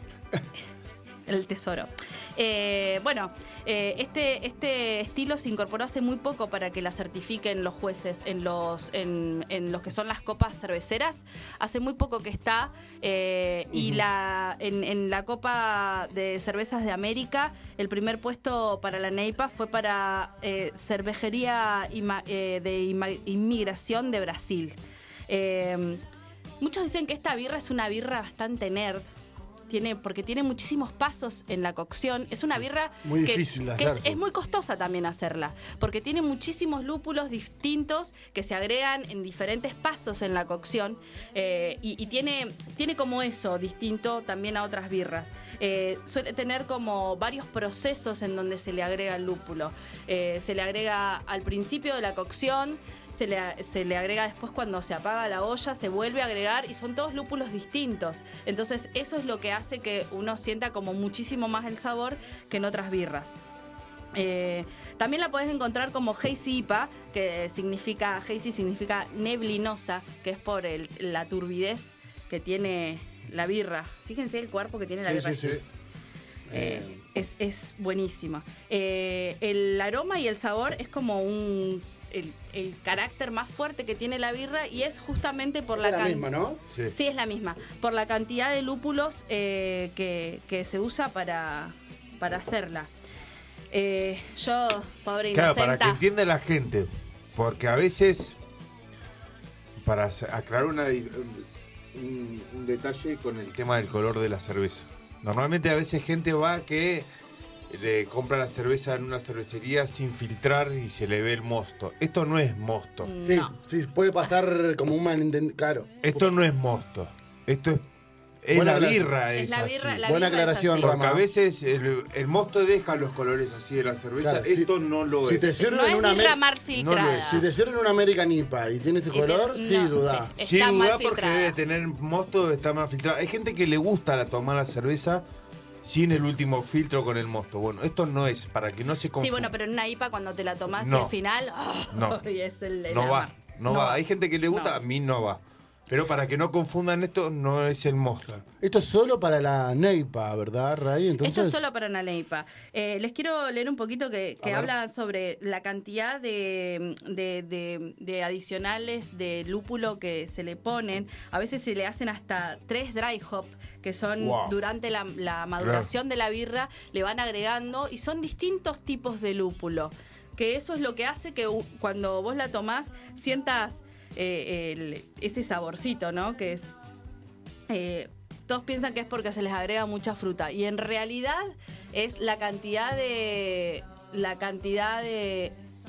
el tesoro. Eh, bueno, eh, este, este estilo se incorporó hace muy poco para que la certifiquen los jueces en los, en, en los que son las copas cerveceras. Hace muy poco que está. eh, y Ujú. la, en, en la Copa de Cervezas de América, el primer puesto para la NEIPA fue para eh, Cervejería Ima- eh, de Ima- Inmigración de Brasil. Eh, muchos dicen que esta birra es una birra bastante nerd. Tiene, porque tiene muchísimos pasos en la cocción. Es una birra Muy que, difícil de que es, hacerse. es muy costosa también hacerla, porque tiene muchísimos lúpulos distintos que se agregan en diferentes pasos en la cocción, eh, y, y tiene, tiene como eso distinto también a otras birras. Eh, suele tener como varios procesos en donde se le agrega el lúpulo. Eh, se le agrega al principio de la cocción, se le, se le agrega después cuando se apaga la olla, se vuelve a agregar y son todos lúpulos distintos. Entonces eso es lo que hace que uno sienta como muchísimo más el sabor que en otras birras. Eh, también la podés encontrar como Hazy I P A, que significa, Hazy significa neblinosa, que es por el- la turbidez que tiene la birra. Fíjense el cuerpo que tiene la Sí, birra. sí, sí. Eh, es, es buenísima. Eh, el aroma y el sabor es como un el, el carácter más fuerte que tiene la birra, y es justamente por la, la can- misma, ¿no? Sí. Sí, es la misma. Por la cantidad de lúpulos eh, que, que se usa para, para hacerla. Eh, yo, pobre Claro, para que inocenta. entienda la gente, porque a veces, para hacer- aclarar una di- un, un detalle con el tema del color de la cerveza. Normalmente a veces gente va que le compra la cerveza en una cervecería sin filtrar y se le ve el mosto. Esto no es mosto. Sí, No. sí, puede pasar como un malentendido. Claro. Esto no es mosto. Esto es, es Buena la aclaración. birra, Es es, la así. birra, la Buena birra es aclaración, así. Rama. Porque a veces el, el mosto deja los colores así de la cerveza. Claro, si- Esto no lo si es. te sirven No es una birra Amer- mal No filtrada. lo es. Si te sirven una American I P A y tiene este Y te- color, sí, no, duda. sí. Sí, Está mal duda porque filtrada. debe tener mosto, debe estar más filtrado. Hay gente que le gusta la, tomar la cerveza sin el último filtro con el mosto. Bueno, esto no es, para que no se confunda. Sí, bueno, pero en una I P A cuando te la tomás No. y al final. ¡oh! No. Y es el, el no va, ama. no, va. Hay gente que le gusta, No. a mí no va. Pero para que no confundan esto, no es el mosto. Esto es solo para la Neipa, ¿verdad, Ray? Entonces, Esto es solo para una NEIPA. Eh, les quiero leer un poquito que, que A ver. habla sobre la cantidad de, de- de- de adicionales de lúpulo que se le ponen. A veces se le hacen hasta tres dry hop, que son Wow. durante la, la maduración de la birra, le van agregando, y son distintos tipos de lúpulo. Que eso es lo que hace que u- cuando vos la tomás sientas eh, el- ese saborcito, ¿no? Que es... eh, todos piensan que es porque se les agrega mucha fruta, y en realidad es la cantidad de la cantidad de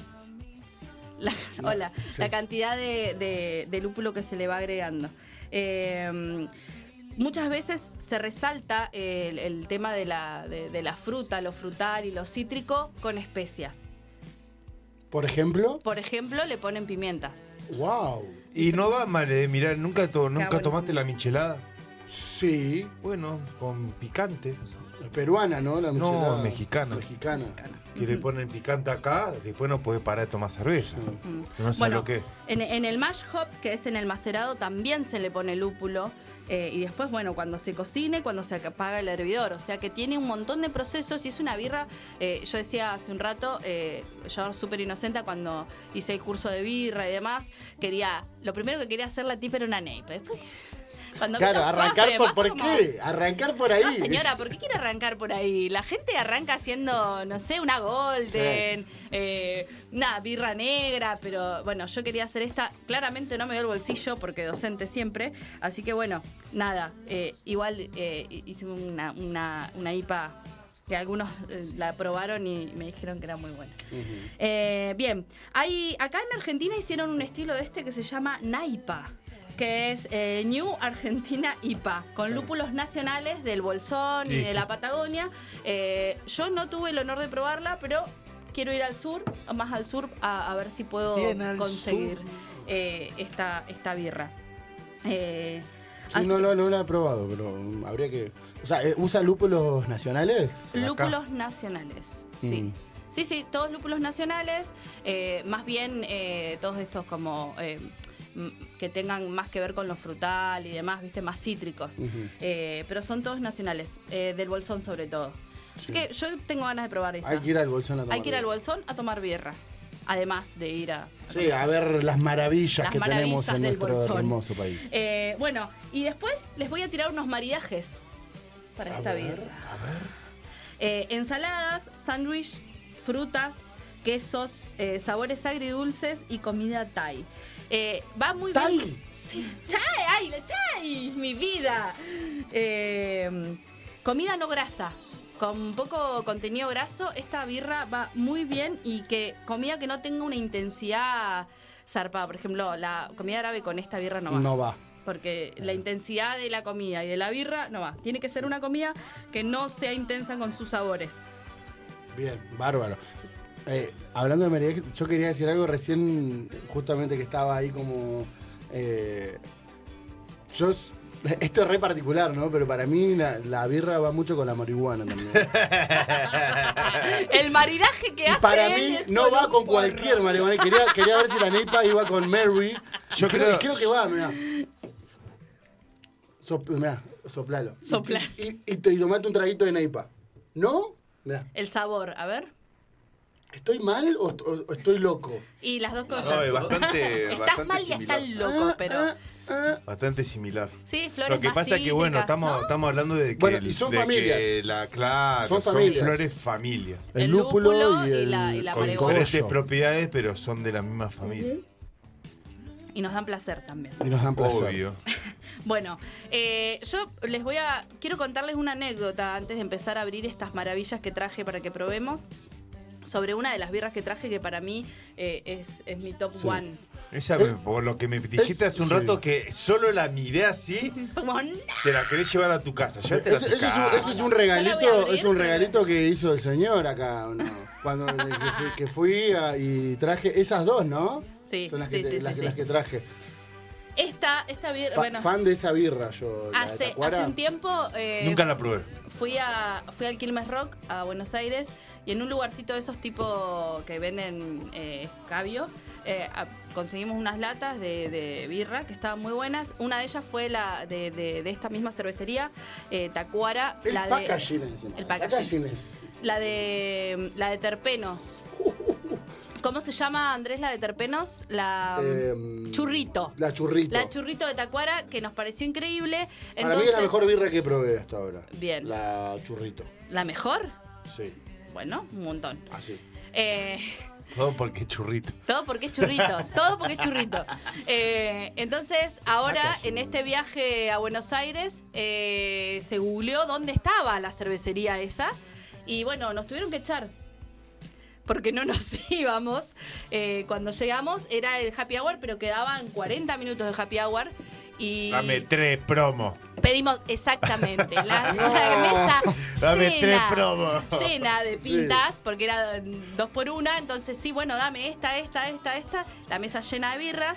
la, hola sí. la cantidad de, de- de lúpulo que se le va agregando. Eh, muchas veces se resalta el, el tema de la, de, de la fruta, lo frutal y lo cítrico con especias. por ejemplo, Por ejemplo, le ponen pimientas. wow. Y no va mal, eh. Mirá, ¿nunca, to- nunca buenísimo. tomaste la michelada? Sí, Bueno, con picante. peruana, ¿no? La No, michelada mexicana. Mexicana. Que le ponen picante acá, después no puede parar de tomar cerveza. Sí. Mm. Que no sabe Bueno, lo que es. En, en el mash hop, que es en el macerado, también se le pone lúpulo. eh, y después, bueno, cuando se cocine, cuando se apaga el hervidor. O sea que tiene un montón de procesos y es una birra. eh, yo decía hace un rato, eh, yo súper inocente cuando hice el curso de birra y demás, quería, lo primero que quería hacer la tipa era una neipa. Después, cuando vi Claro, los arrancar cofres, por, más ¿por como- qué? Arrancar por ahí. No, señora, ¿por qué quiere arrancar por ahí? La gente arranca haciendo, no sé, una golden, eh, una birra negra, pero bueno, yo quería hacer esta. Claramente no me dio el bolsillo porque docente siempre, así que bueno, nada, eh, igual eh, hicimos una, una, una I P A que algunos eh, la probaron y me dijeron que era muy buena. Ujú. Eh, bien, hay, acá en Argentina hicieron un estilo de este que se llama Naipa, que es eh, New Argentina I P A, con lúpulos nacionales del Bolsón y Sí, de sí. la Patagonia. Eh, yo no tuve el honor de probarla, pero quiero ir al sur, más al sur, a, a ver si puedo Bien al conseguir sur. eh, esta, esta birra. Eh, Sí, así no, que- lo- no lo he probado, pero um, habría que... O sea, eh, ¿usa lúpulos nacionales? Lúpulos nacionales, sí. Mm. Sí, sí, todos lúpulos nacionales, eh, más bien eh, todos estos como eh, m- que tengan más que ver con lo frutal y demás, viste, más cítricos. Ujú. Eh, pero son todos nacionales, eh, del Bolsón sobre todo. Así Sí. que yo tengo ganas de probar esa. Hay que ir al Bolsón a tomar Hay que ir al birra. Bolsón a tomar birra, además de ir a... a Sí, a ver las maravillas Las que tenemos maravillas en del nuestro Bolsón. hermoso país. Eh, bueno, y después les voy a tirar unos maridajes para A esta ver, birra. a ver. Eh, ensaladas, sándwich, frutas, quesos, eh, sabores agridulces y comida Thai. Eh, va muy ¿Thai? bien. Sí, Thai, ay, la Thai, mi vida. Eh, comida no grasa. Con poco contenido graso, esta birra va muy bien y que comida que no tenga una intensidad zarpada. Por ejemplo, la comida árabe con esta birra no va. No va. Porque la intensidad de la comida y de la birra no va. Tiene que ser una comida que no sea intensa con sus sabores. Bien, bárbaro. Eh, hablando de maridaje, yo quería decir algo recién, justamente que estaba ahí como... eh, yo... Esto es re particular, ¿no? Pero para mí la, la birra va mucho con la marihuana también. El maridaje que Y hace para él mí es no va un con porro. cualquier marihuana. Quería, quería ver si la Neipa iba con Mary. Yo Y creo, creo- y creo que va, mirá. Sop, mirá, soplalo. Y- Sopla. Y, y, y te- y tomate un traguito de Neipa. ¿No? Mirá. El sabor, a ver. ¿Estoy mal o, o- o estoy loco? Y las dos No, cosas. es bastante, Estás bastante mal y similar. estás loco, Ah, pero... ah, ah. Bastante similar. Sí, flores Lo que más pasa es que, bueno, cítricas, estamos, ¿no? estamos hablando de que, Bueno, y son de familias. que la, claro, Son son, familias. flores familias. El, El lúpulo, lúpulo y, y el, la- y la Con marihuana. diferentes cogollo. propiedades, pero son de la misma familia. Y nos dan placer también. Y nos dan placer. Obvio. Bueno, eh, yo les voy a... Quiero contarles una anécdota antes de empezar a abrir estas maravillas que traje para que probemos. Sobre una de las birras que traje que para mí eh, es, es mi top Sí. one. Esa, Es- por lo que me dijiste es- hace un sí. rato, que solo la miré así, Como, "No". te la querés llevar a tu casa. Ya te la Ese, ese es un, casa. ese es un Yo la voy a regalito, abrir, es un pero- regalito que hizo el señor acá, ¿o ¿no? Cuando que fui, que fui a- y traje esas dos, ¿no? Sí, Son las sí, que, te- sí, las, sí, que- sí. las que traje. Esta, esta birra, Fa- bueno, Fan de esa birra yo. la de hace, Tacuara. hace un tiempo eh, Nunca la probé. fui a fui al Quilmes Rock a Buenos Aires y en un lugarcito de esos tipo que venden eh, escabio eh, a- conseguimos unas latas de, de birra que estaban muy buenas. Una de ellas fue la de, de- de esta misma cervecería, eh, Tacuara, El la de packaging encima. el packaging. es. la de la de terpenos. ¿Cómo se llama, Andrés, la de terpenos? La Em, churrito. La churrito. La churrito de Tacuara, que nos pareció increíble. Para Entonces, mí es la mejor birra que probé hasta ahora. Bien. La churrito. ¿La mejor? Sí, Bueno, un montón. así. Eh, Todo porque churrito. todo porque es churrito. Todo porque es churrito. Eh, entonces, ahora, Acá sí. en este viaje a Buenos Aires, eh, se googleó dónde estaba la cervecería esa. Y bueno, nos tuvieron que echar. Porque no nos íbamos. Eh, cuando llegamos era el happy hour, pero quedaban cuarenta minutos de happy hour. Y Dame tres promos. pedimos exactamente la, No. la mesa Dame tres llena, promos. llena de pintas, porque era dos por una. Entonces, sí, bueno, dame esta, esta, esta, esta. La mesa llena de birras.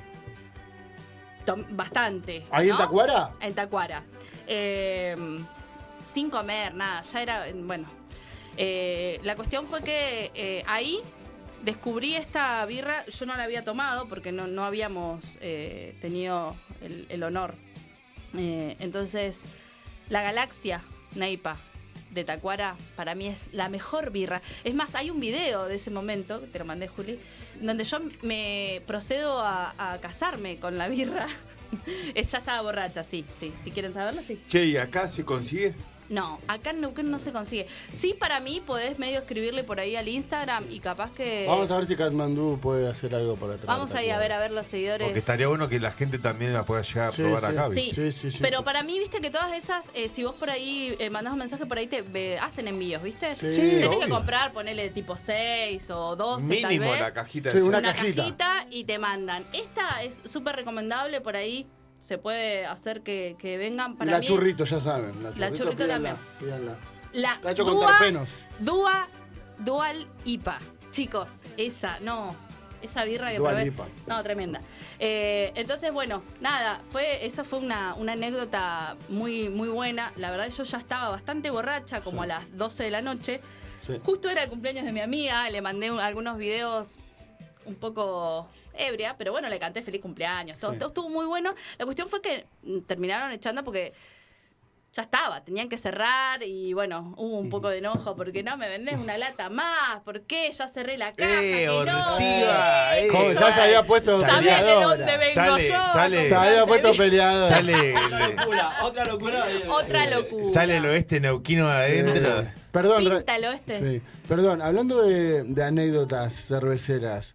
Tom- bastante. ¿Ahí en ¿no? Tacuara? En Tacuara. Eh, sin comer, nada. Ya era, bueno. Eh, la cuestión fue que eh, ahí descubrí esta birra. Yo no la había tomado porque no, no habíamos eh, tenido el, el honor. Eh, entonces, la Galaxia Neipa de Tacuara para mí es la mejor birra. Es más, hay un video de ese momento, que te lo mandé, Juli, donde yo me procedo a, a casarme con la birra. Ya estaba borracha, sí, sí. Si quieren saberlo, sí. Che, ¿y acá se consigue? No, acá en Neuquén no se consigue. Sí, para mí podés medio escribirle por ahí al Instagram y capaz que... Vamos a ver si Katmandú puede hacer algo para traer. Vamos ahí a ver, a ver los seguidores. Porque estaría bueno que la gente también la pueda llegar a Sí, probar sí. acá. Sí, ¿viste? Sí, sí, sí. pero para mí, viste que todas esas, eh, si vos por ahí eh, mandás un mensaje por ahí, te ve- hacen envíos, ¿viste? Sí, Tenés obvio. que comprar, ponele tipo seis o doce tal Mínimo vez. la cajita Sí, de una una cajita. cajita. Y te mandan. Esta es súper recomendable por ahí. Se puede hacer que, que vengan Y para la mí. es churrito, ya saben. La churrito, La churrito pídanla, también. pídanla. La Está hecho con Dúa, terpenos. Dúa Dual I P A. Chicos, esa, no. Esa birra que Dua probé. Lipa. No, tremenda. Eh, entonces, bueno, nada, fue, esa fue una, una anécdota muy, muy buena. La verdad, yo ya estaba bastante borracha, como Sí. a las doce de la noche. Sí. Justo era el cumpleaños de mi amiga, le mandé un- algunos videos un poco ebria, pero bueno, le canté feliz cumpleaños, todo, Sí. todo estuvo muy bueno. La cuestión fue que mm, terminaron echando porque ya estaba, tenían que cerrar y bueno, hubo un poco de enojo porque no me vendés una lata más, ¿por qué? Ya cerré la caja, Eh, que no, hortiva, eh, eh. ¿Cómo? que Ya yo- se había puesto ¿Sabés de peleadora. dónde vengo Sale- yo? sale- Se había puesto peleadora. Sale, Otra locura, otra locura. Otra Eh, locura. sale el oeste neuquino adentro. Eh, perdón, re- Píntalo este. Sí. Perdón, hablando de, de anécdotas cerveceras,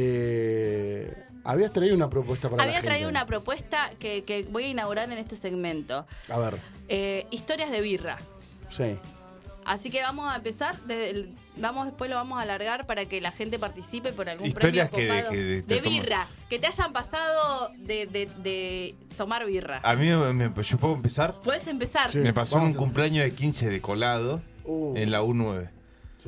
eh, habías traído una propuesta para la Había gente. traído una propuesta que, que voy a inaugurar en este segmento. A ver, Eh, historias de birra. sí. Así que vamos a empezar, desde el- vamos después lo vamos a alargar para que la gente participe por algún Historias que- premio copado que de, te toman. birra, que te hayan pasado de, de- de tomar birra. A mí, me, me- ¿yo puedo empezar? Puedes empezar. Sí. Me pasó en vamos un a- cumpleaños de quince de colado Uh, en la U nueve. sí.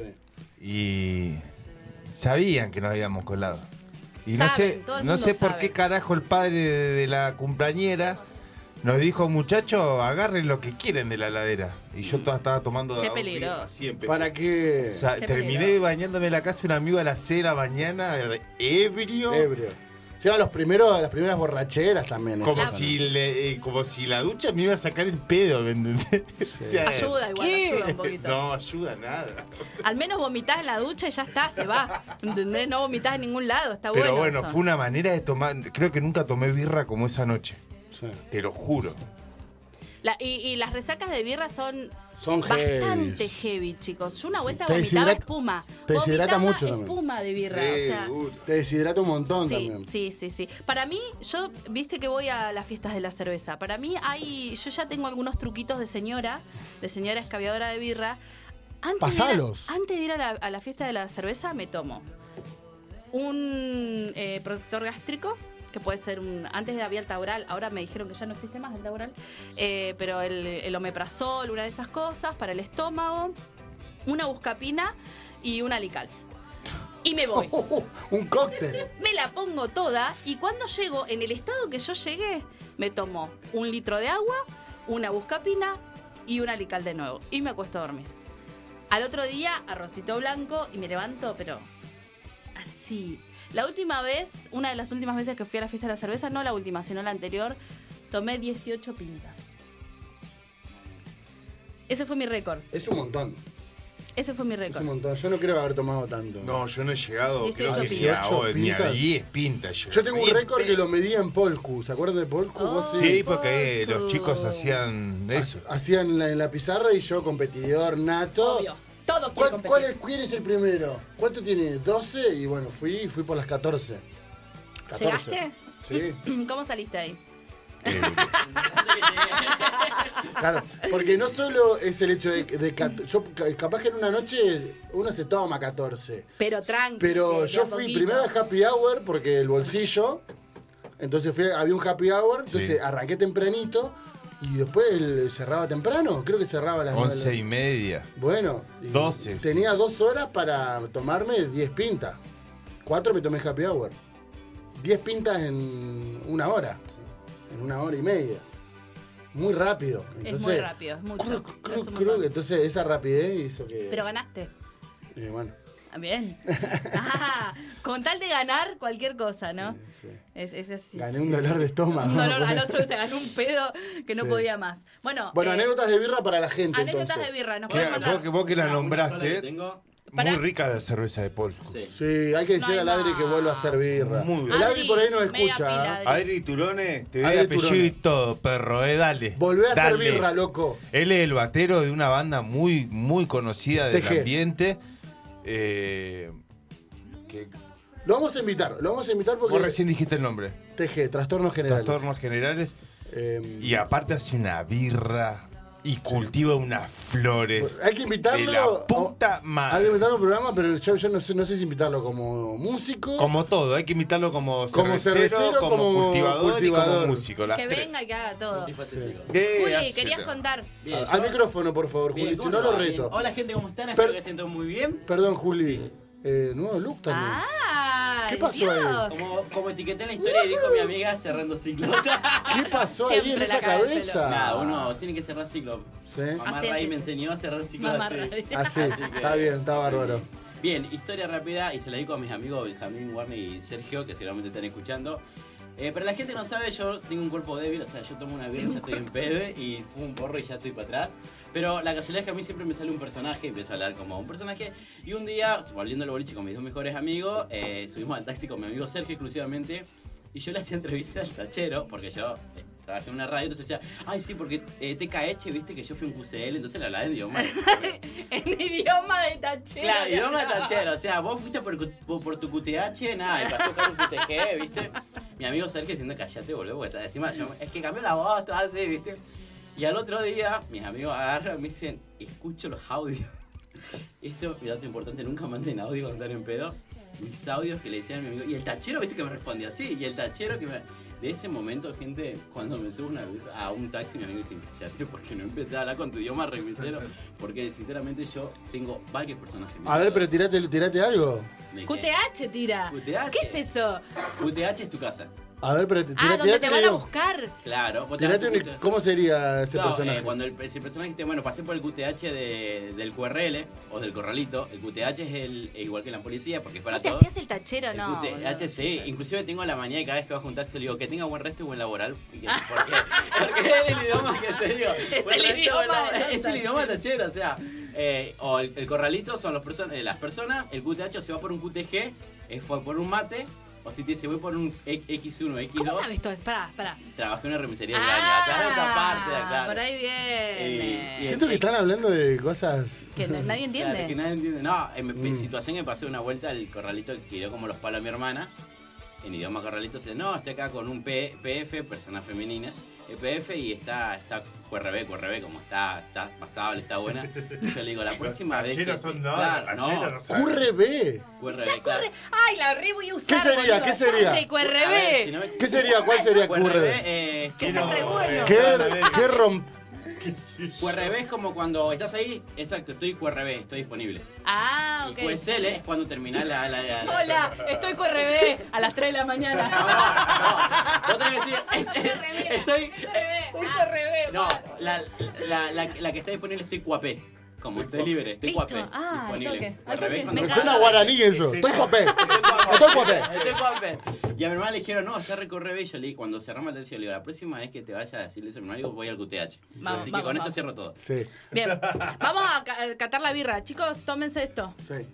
Y sabían que nos habíamos colado. Y no Saben, sé, todo el no mundo sé por sabe. qué carajo el padre de, de la cumpleañera nos dijo, muchachos, agarren lo que quieren de la heladera. Y yo toda estaba tomando Qué agua, peligroso. así empecé. ¿Para qué? Sa- Qué terminé peligroso. bañándome en la casa de un amigo a las seis de la mañana, ebrio. Ebrio. Sí, a los primeros, las primeras borracheras también. Como esas, si, le, eh, como si la ducha me iba a sacar el pedo, ¿me entendés? O sea, Ayuda igual, ¿qué? ayuda un poquito. No, ayuda nada. Al menos vomitás en la ducha y ya está, se va. ¿Entendés? No vomitás en ningún lado, está Pero bueno. bueno, eso. fue una manera de tomar. Creo que nunca tomé birra como esa noche. Sí. Te lo juro. La- y, y las resacas de birra son Son bastante heavy. heavy, chicos. Yo una vuelta Te vomitaba deshidrata- espuma. te deshidrata Vomitaba mucho también. espuma de birra. o sea, Te deshidrata un montón sí, también. sí, sí, sí. Para mí, yo, viste que voy a las fiestas de la cerveza. Para mí hay, yo ya tengo algunos truquitos de señora, de señora escabiadora de birra. Antes de ir a- Pasalos. antes de ir a la, a la fiesta de la cerveza, me tomo un eh, protector gástrico, que puede ser un... Antes había el Taural, ahora me dijeron que ya no existe más el Taural, eh, pero el, el omeprazol, una de esas cosas, para el estómago, una buscapina y una alical. Y me voy. Un cóctel. Me la pongo toda y cuando llego, en el estado que yo llegué, me tomo un litro de agua, una buscapina y un alical de nuevo. Y me acuesto a dormir. Al otro día, arrocito blanco y me levanto, pero así. La última vez, una de las últimas veces que fui a la fiesta de la cerveza, no la última, sino la anterior, tomé dieciocho pintas. Ese fue mi récord. Es un montón. Ese fue mi Es un récord. montón. Yo no creo haber tomado tanto. No, yo no he llegado. dieciocho creo que pintas. ni a, o- ni a pintas. diez pintas. llegué. Yo tengo un Bien récord que pedo. lo medía en Polku. ¿Se acuerdan de Polku? Oh. Vos Sí, porque eh, Polsku. los chicos hacían eso. Hacían en la, en la pizarra y yo competidor nato. Obvio. Todo quiere ¿Cuál, competir. cuál es, ¿Quién es el primero? ¿Cuánto tiene? ¿doce? Y bueno, fui fui por las catorce. catorce. ¿Llegaste? Sí, ¿Cómo saliste ahí? Eh, claro. Porque no solo es el hecho de, de cat- yo ca- capaz que en una noche uno se toma catorce. Pero tranqui. Pero de- de yo a fui poquito. primero al happy hour porque el bolsillo. Entonces fui, había un happy hour, entonces Sí. arranqué tempranito y después el- cerraba temprano. Creo que cerraba a las nueve de la- Once y media. Bueno, y Doce, tenía dos horas para tomarme diez pintas. Cuatro me tomé happy hour. Diez pintas en una hora. En una hora y media. Muy rápido. Entonces, Es muy rápido, es mucho. cruc, cruc, Es un cruc. montón. Entonces esa rapidez hizo que. Pero ganaste. eh, bueno, Ah, Bien. Ah, con tal de ganar cualquier cosa, ¿no? sí. Es, es así. Gané un Sí, dolor sí, de sí. estómago. Un dolor al otro se ganó un pedo que no Sí. podía más. Bueno, Bueno, eh, anécdotas de birra para la gente. anécdotas entonces. de birra. Nos Que- pueden vos, mandar. que, vos que la Una- una sola que nombraste, tengo. Pará. muy rica la cerveza de Polsku. Sí. Sí, hay que No decir hay al Adri que más. vuelva a hacer birra. Muy El Adri por ahí nos media escucha. pila, ¿eh? Adri. Adri Turone, te doy Adri el apellido Turone. y todo, perro, eh, dale. Volvé a hacer Dale. birra, loco. Él es el batero de una banda muy, muy conocida del T G. ambiente. Eh, que Lo vamos a invitar, lo vamos a invitar porque. vos recién dijiste el nombre. T G, trastornos generales. Trastornos generales. Eh, Y aparte hace una birra y cultiva unas flores. Hay que invitarlo. De la puta Hay que madre. invitarlo a un programa, pero yo, yo no, sé, no sé si invitarlo como músico. Como todo, hay que invitarlo como Como cervecero, cervecero, como, como cultivador, cultivador. y como músico. Las Que tres. venga y que haga todo. Multifacético. ¿Qué Juli, hace? querías contar. Bien, Al yo- micrófono, por favor, Bien, Juli, si ¿cómo no le lo va? reto. Bien. Hola gente, ¿cómo están? Espero Per- que estén todos muy bien. Perdón, Juli. Eh, nuevo look también. ¡Ah! ¿Qué pasó ahí? Dios. Como, como etiqueté en la historia y dijo mi amiga cerrando ciclos. ¿Qué pasó ahí en Siempre esa la caga el pelo. cabeza? Nada, uno tiene que cerrar ciclos. Sí. Mamá Así es, Ray así me es. enseñó a cerrar ciclos Mamá así. Ray. Así, Así que- está bien, está bárbaro. Bien, historia rápida y se la dedico a mis amigos Benjamín, Warner y Sergio, que seguramente están escuchando. Eh, pero la gente no sabe, yo tengo un cuerpo débil, o sea, yo tomo una birra y ya estoy en pedo y fumo un porro y ya estoy para atrás. Pero la casualidad es que a mí siempre me sale un personaje, empiezo a hablar como un personaje. Y un día, volviendo al boliche con mis dos mejores amigos, eh, subimos al taxi con mi amigo Sergio exclusivamente. Y yo le hacía entrevista al tachero, porque yo eh, trabajé en una radio, entonces decía, ay sí, porque eh, T K H, viste que yo fui un Q C L, entonces le hablaba en idioma. En idioma de tachero. Claro, idioma de tachero, o sea, vos fuiste por, por, por tu Q T H, nada, y pasó por un Q T G, viste. Mi amigo Sergio diciendo, callate, boludo, porque está encima, yo, es que cambió la voz, todo así, viste. Y al otro día, mis amigos agarran y me dicen, escucho los audios. Esto, mi dato importante, nunca manden audio cuando están en pedo. Mis audios que le decían a mi amigo. Y el tachero, viste que me respondía así. Y el tachero que me. De ese momento, gente, cuando me subo una, a un taxi, mi amigo dice, callate, porque no empecé a hablar con tu idioma remisero. Porque sinceramente yo tengo varios personajes. A ver, pero tirate, tirate algo. ¿De qué? Q T H tira. Q T H. ¿Qué es eso? Q T H es tu casa. A ver, pero tirate, Ah, donde te van a digo, buscar. Claro. vos te tirate vas a un- tu Q T H. ¿Cómo sería ese Claro, personaje? eh, cuando el, si el personaje esté, bueno, pasé por el Q T H de, del Q R L o del corralito. El Q T H es el es igual que en la policía porque es para ¿No te todos. hacías el tachero? El No. Q T H sí, inclusive tengo la manía de cada vez que bajo un taxi le digo que tenga buen resto y buen laboral. Y que- porque, porque es el idioma que se digo. Es Buen el resto, idioma buen labor- de los Es el idioma tacheros. tachero, o sea. eh, o el, el corralito son los person- eh, las personas, el Q T H si va por un Q T G, es fue por un mate. O si te dice voy por un X uno, X dos. ¿Cómo sabes todo eso? Pará, pará. Trabajé en una remisería de un año. Acá de otra parte de acá. Por ahí viene. Y- y- Siento que están hablando de cosas. Que no- nadie entiende. Claro, que nadie entiende. No, en mi Mm. situación que pasé una vuelta, el corralito que tiró como los palos a mi hermana. En idioma corralito se dice, no, estoy acá con un P- PF, persona femenina, E P F y está, está Q R B, Q R B, como está, está pasable, está buena. Y yo le digo, la próxima vez. Tacheros que- son no, claro, los tacheros no saben. Q R B. Q R B, claro. Ay, la re voy a usar. ¿Qué sería? boludo. ¿Qué sería? De A ver, Q R B. si no me- ¿Qué sería? ¿Cuál sería Q R Q R B, B? eh, Que como- está re bueno. ¿Qué, qué romp... Q R B es como cuando estás ahí, exacto, estoy Q R B, estoy disponible. Ah, ok. Y Q S L es cuando terminás la, la, la, la- Hola, estoy Q R B a las tres de la No, mañana. no, vos tenés que decir, estoy, Estoy Q R B. no, la, la, la, la que está disponible estoy cuapé, como estoy libre, estoy Listo. cuapé, Ah, al disponible. toque, al Q R B toque. es Me Me cuando- suena guaraní eso. Estoy copé. Estoy copé. Estoy cuapé. Y a mi hermana le dijeron, no, está re Q R B, y yo le dije, cuando cerramos el taxi, yo le digo, la próxima vez que te vaya a decirle eso a mi hermano, voy al Q T H. Vamos, Así que vamos, con vamos. esto cierro todo. Sí, Bien, vamos a ca- a catar la birra. Chicos, tómense esto. sí.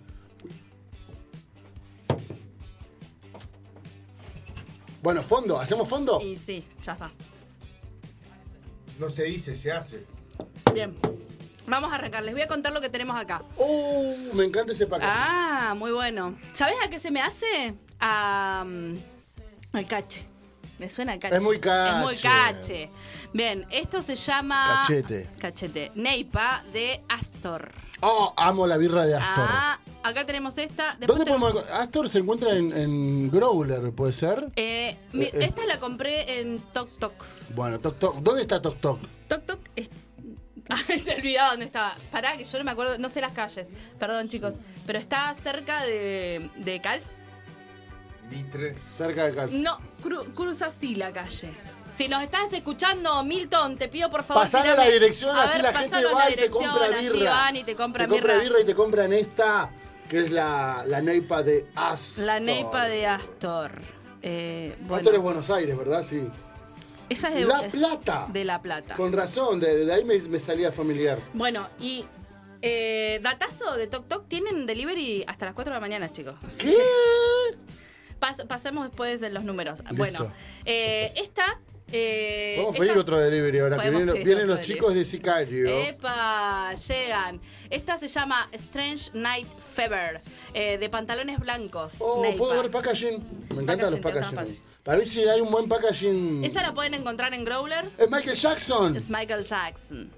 Bueno, fondo, ¿hacemos fondo? Y sí, ya está. No se dice, se hace. Bien. Vamos a arrancar. Les voy a contar lo que tenemos acá. Uh, me encanta ese paquete. Ah, muy bueno. ¿Sabes a qué se me hace? A, mm, al cache. Me suena a cache. Es muy cache. Es muy cache. Bien, esto se llama... Cachete. Cachete. Neipa de Astor. Oh, amo la birra de Astor. Ah, acá tenemos esta. Después ¿Dónde tenemos- podemos...? Astor se encuentra en, en Growler, ¿puede ser? Eh, mi- Eh, eh. Esta la compré en Tok Tok. Bueno, Toc Toc. ¿Dónde está Toc Toc? Tok Tok es... Ay, te olvidaba dónde estaba. Pará, que yo no me acuerdo, no sé las calles. Perdón, chicos. Pero está cerca de, de Calf. Mitre. Cerca de Cal. No, cru- cruza así la calle. Si nos estás escuchando, Milton, te pido por favor. Pasale tirame- la dirección, A así ver, la gente pasanos va la y te dirección, compra así birra. van y te compran te compra birra. birra y te compran esta, que es la, la neipa de Astor. La neipa de Astor. Eh, bueno, Astor es Buenos Aires, ¿verdad? Sí. esa es de La Plata. de La Plata. Con razón, de, de ahí me, me salía familiar. Bueno, y eh, datazo de Tok Tok, tienen delivery hasta las cuatro de la mañana, chicos. ¿Qué? Pas- pasemos después de los números. Listo. Bueno, eh, esta... Eh, Podemos esta- pedir otro delivery ahora, que Podemos vienen, pedir vienen otro los delivery. chicos de Sicario. ¡Epa! Llegan. Esta se llama Strange Night Fever, eh, de pantalones blancos. Oh, Neipa. puedo ver packaging. Me encantan los Packaging, te packaging. gustan Para ver si hay un buen packaging. Esa la pueden encontrar en Growler. Es Michael Jackson. Es Michael Jackson.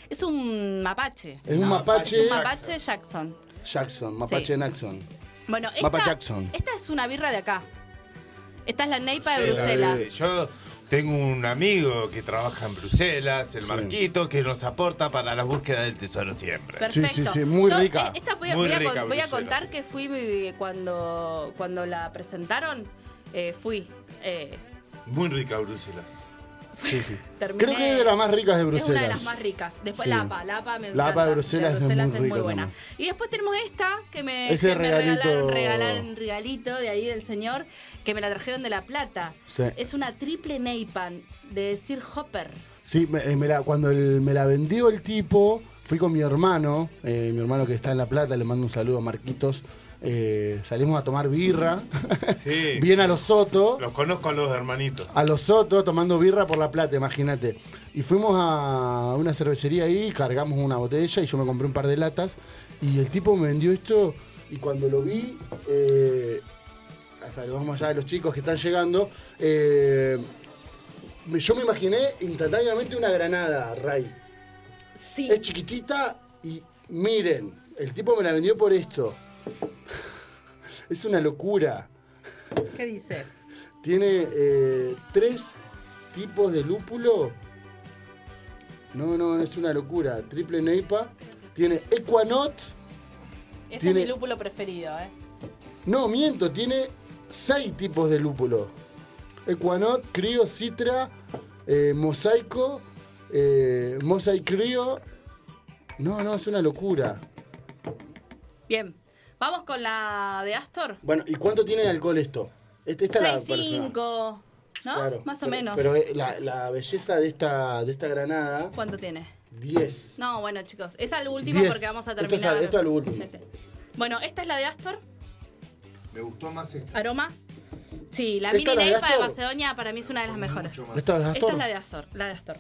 Es un mapache. Es un No, mapache. Es un Jackson. mapache Jackson. Jackson, mapache Sí. Jackson. Bueno, Mapa esta, Jackson. esta es una birra de acá. Esta es la Neipa de Sí, Bruselas. eh, Yo tengo un amigo que trabaja en Bruselas, el Sí. Marquito, que nos aporta para la búsqueda del tesoro siempre. Perfecto. Sí, sí, sí, muy Yo, rica. eh, Esta voy a, Muy voy a rica con- voy a Bruselas. contar que fui eh, cuando, cuando la presentaron. eh, fui. eh, Muy rica Bruselas. Sí, sí. terminé- Creo que es de las más ricas de Es Bruselas. una de las más ricas. Después Sí. la APA. La APA me La encanta. APA de Bruselas es muy rica buena. también. Y después tenemos esta que me, Ese que me regalito- regalaron, regalaron regalito de ahí del señor, que me la trajeron de La Plata. Sí. Es una triple Neipan de Sir Hopper. Sí, me, eh, me la- cuando el- me la vendió el tipo, fui con mi hermano, eh, mi hermano que está en La Plata, le mando un saludo a Marquitos. Eh, salimos a tomar birra, Sí. bien a los Soto, Los conozco a los hermanitos. a los Soto tomando birra por La Plata, imagínate. Y fuimos a una cervecería ahí, cargamos una botella y yo me compré un par de latas. Y el tipo me vendió esto y cuando lo vi, eh, saludamos allá de los chicos que están llegando, eh, me- yo me imaginé instantáneamente una granada, Ray. Sí. Es chiquitita y miren, el tipo me la vendió por esto. Es una locura. ¿Qué dice? Tiene eh, tres tipos de lúpulo. No, no, es una locura. Triple Neipa. Tiene Equanot. Ese Tiene- es mi lúpulo preferido, ¿eh? No, miento, tiene seis tipos de lúpulo. Equanot, Crío, Citra, eh, Mosaico, eh, Mosaic Crío. No, no, es una locura. Bien. Vamos con la de Astor. Bueno, ¿y cuánto tiene de alcohol esto? Este, esta es la seis personal. cinco. ¿No? Claro, Más o pero- menos. Pero eh, la, la belleza de esta, de esta granada, ¿Cuánto tiene? diez. No, bueno, chicos. Es al último diez. porque vamos a Esto es terminar. al- esto es al último. Sí, sí. Bueno, esta es la de Astor. Me gustó más esta. Aroma. Sí, la ¿Esta mini es la de Neipa de Astor? Macedonia para mí es una de las mejores. Mucho más. ¿Esta es de Esta Astor? es la de Astor, la de Astor.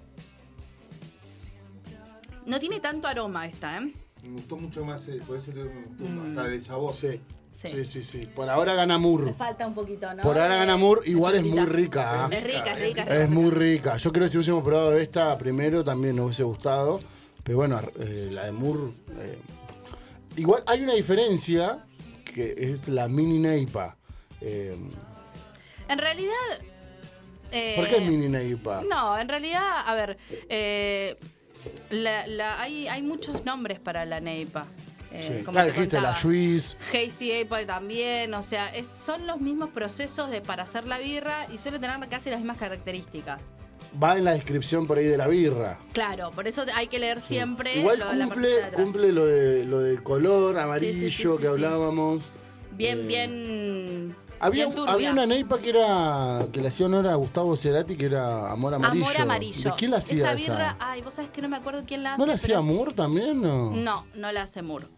No tiene tanto aroma esta, ¿eh? Me gustó mucho más, eh, por eso le me gustó Mm. hasta de sabor. Sí. Sí. Sí, sí, sí. Por ahora gana Le Mur. falta un poquito, ¿no? Por ahora De- gana Mur. de Igual es muy frutita. rica. ¿ah? Es rica, es rica. Es muy rica. Yo creo que si hubiésemos probado esta primero también nos hubiese gustado. Pero bueno, eh, la de Mur. eh, Igual hay una diferencia que es la mini Neipa. Eh, En realidad. eh, ¿Por qué es mini Neipa? No, en realidad, a ver, eh, la- la- hay, hay muchos nombres para la Neipa. Eh, Sí. como Claro, te dijiste la contaba. Juice. Hazy Apple también, o sea, es- son los mismos procesos de para hacer la birra y suele tener casi las mismas características. Va en la descripción por ahí de la birra. Claro, por eso hay que leer siempre Igual lo de la cumple, partecita de atrás. cumple lo, de, lo del color amarillo Sí, sí, sí, sí, que sí. hablábamos. Bien, Eh, bien. Había, bien turbia. había una Neipa que era que le hacía honor a Gustavo Cerati, que era Amor Amarillo. Amor amarillo. ¿De quién la hacía esa esa? birra? Ay, vos sabés que no me acuerdo quién la hace. ¿No la pero hacía es- Amor también? No. No, no la hace Moore.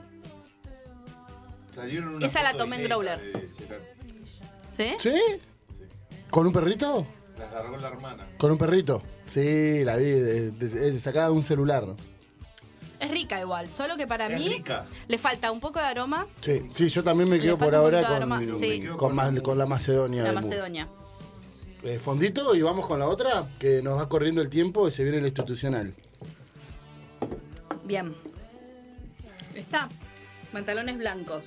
Salieron una Esa la foto tomé en inédita Growler. de Cerati. ¿Sí? ¿Sí? ¿Con un perrito? Las largó la hermana. ¿Con un perrito? Sí, la vi, de- de- de- sacada de un celular. Es rica igual, solo que para Es mí rica. le falta un poco de aroma. Sí, sí, yo también me Le quedo por falta un ahora poquito de con, aroma, sí. con, con más- con la Macedonia. La de Moore. Macedonia. Eh, fondito y vamos con la otra, que nos va corriendo el tiempo y se viene la institucional. Bien. Está. Pantalones blancos.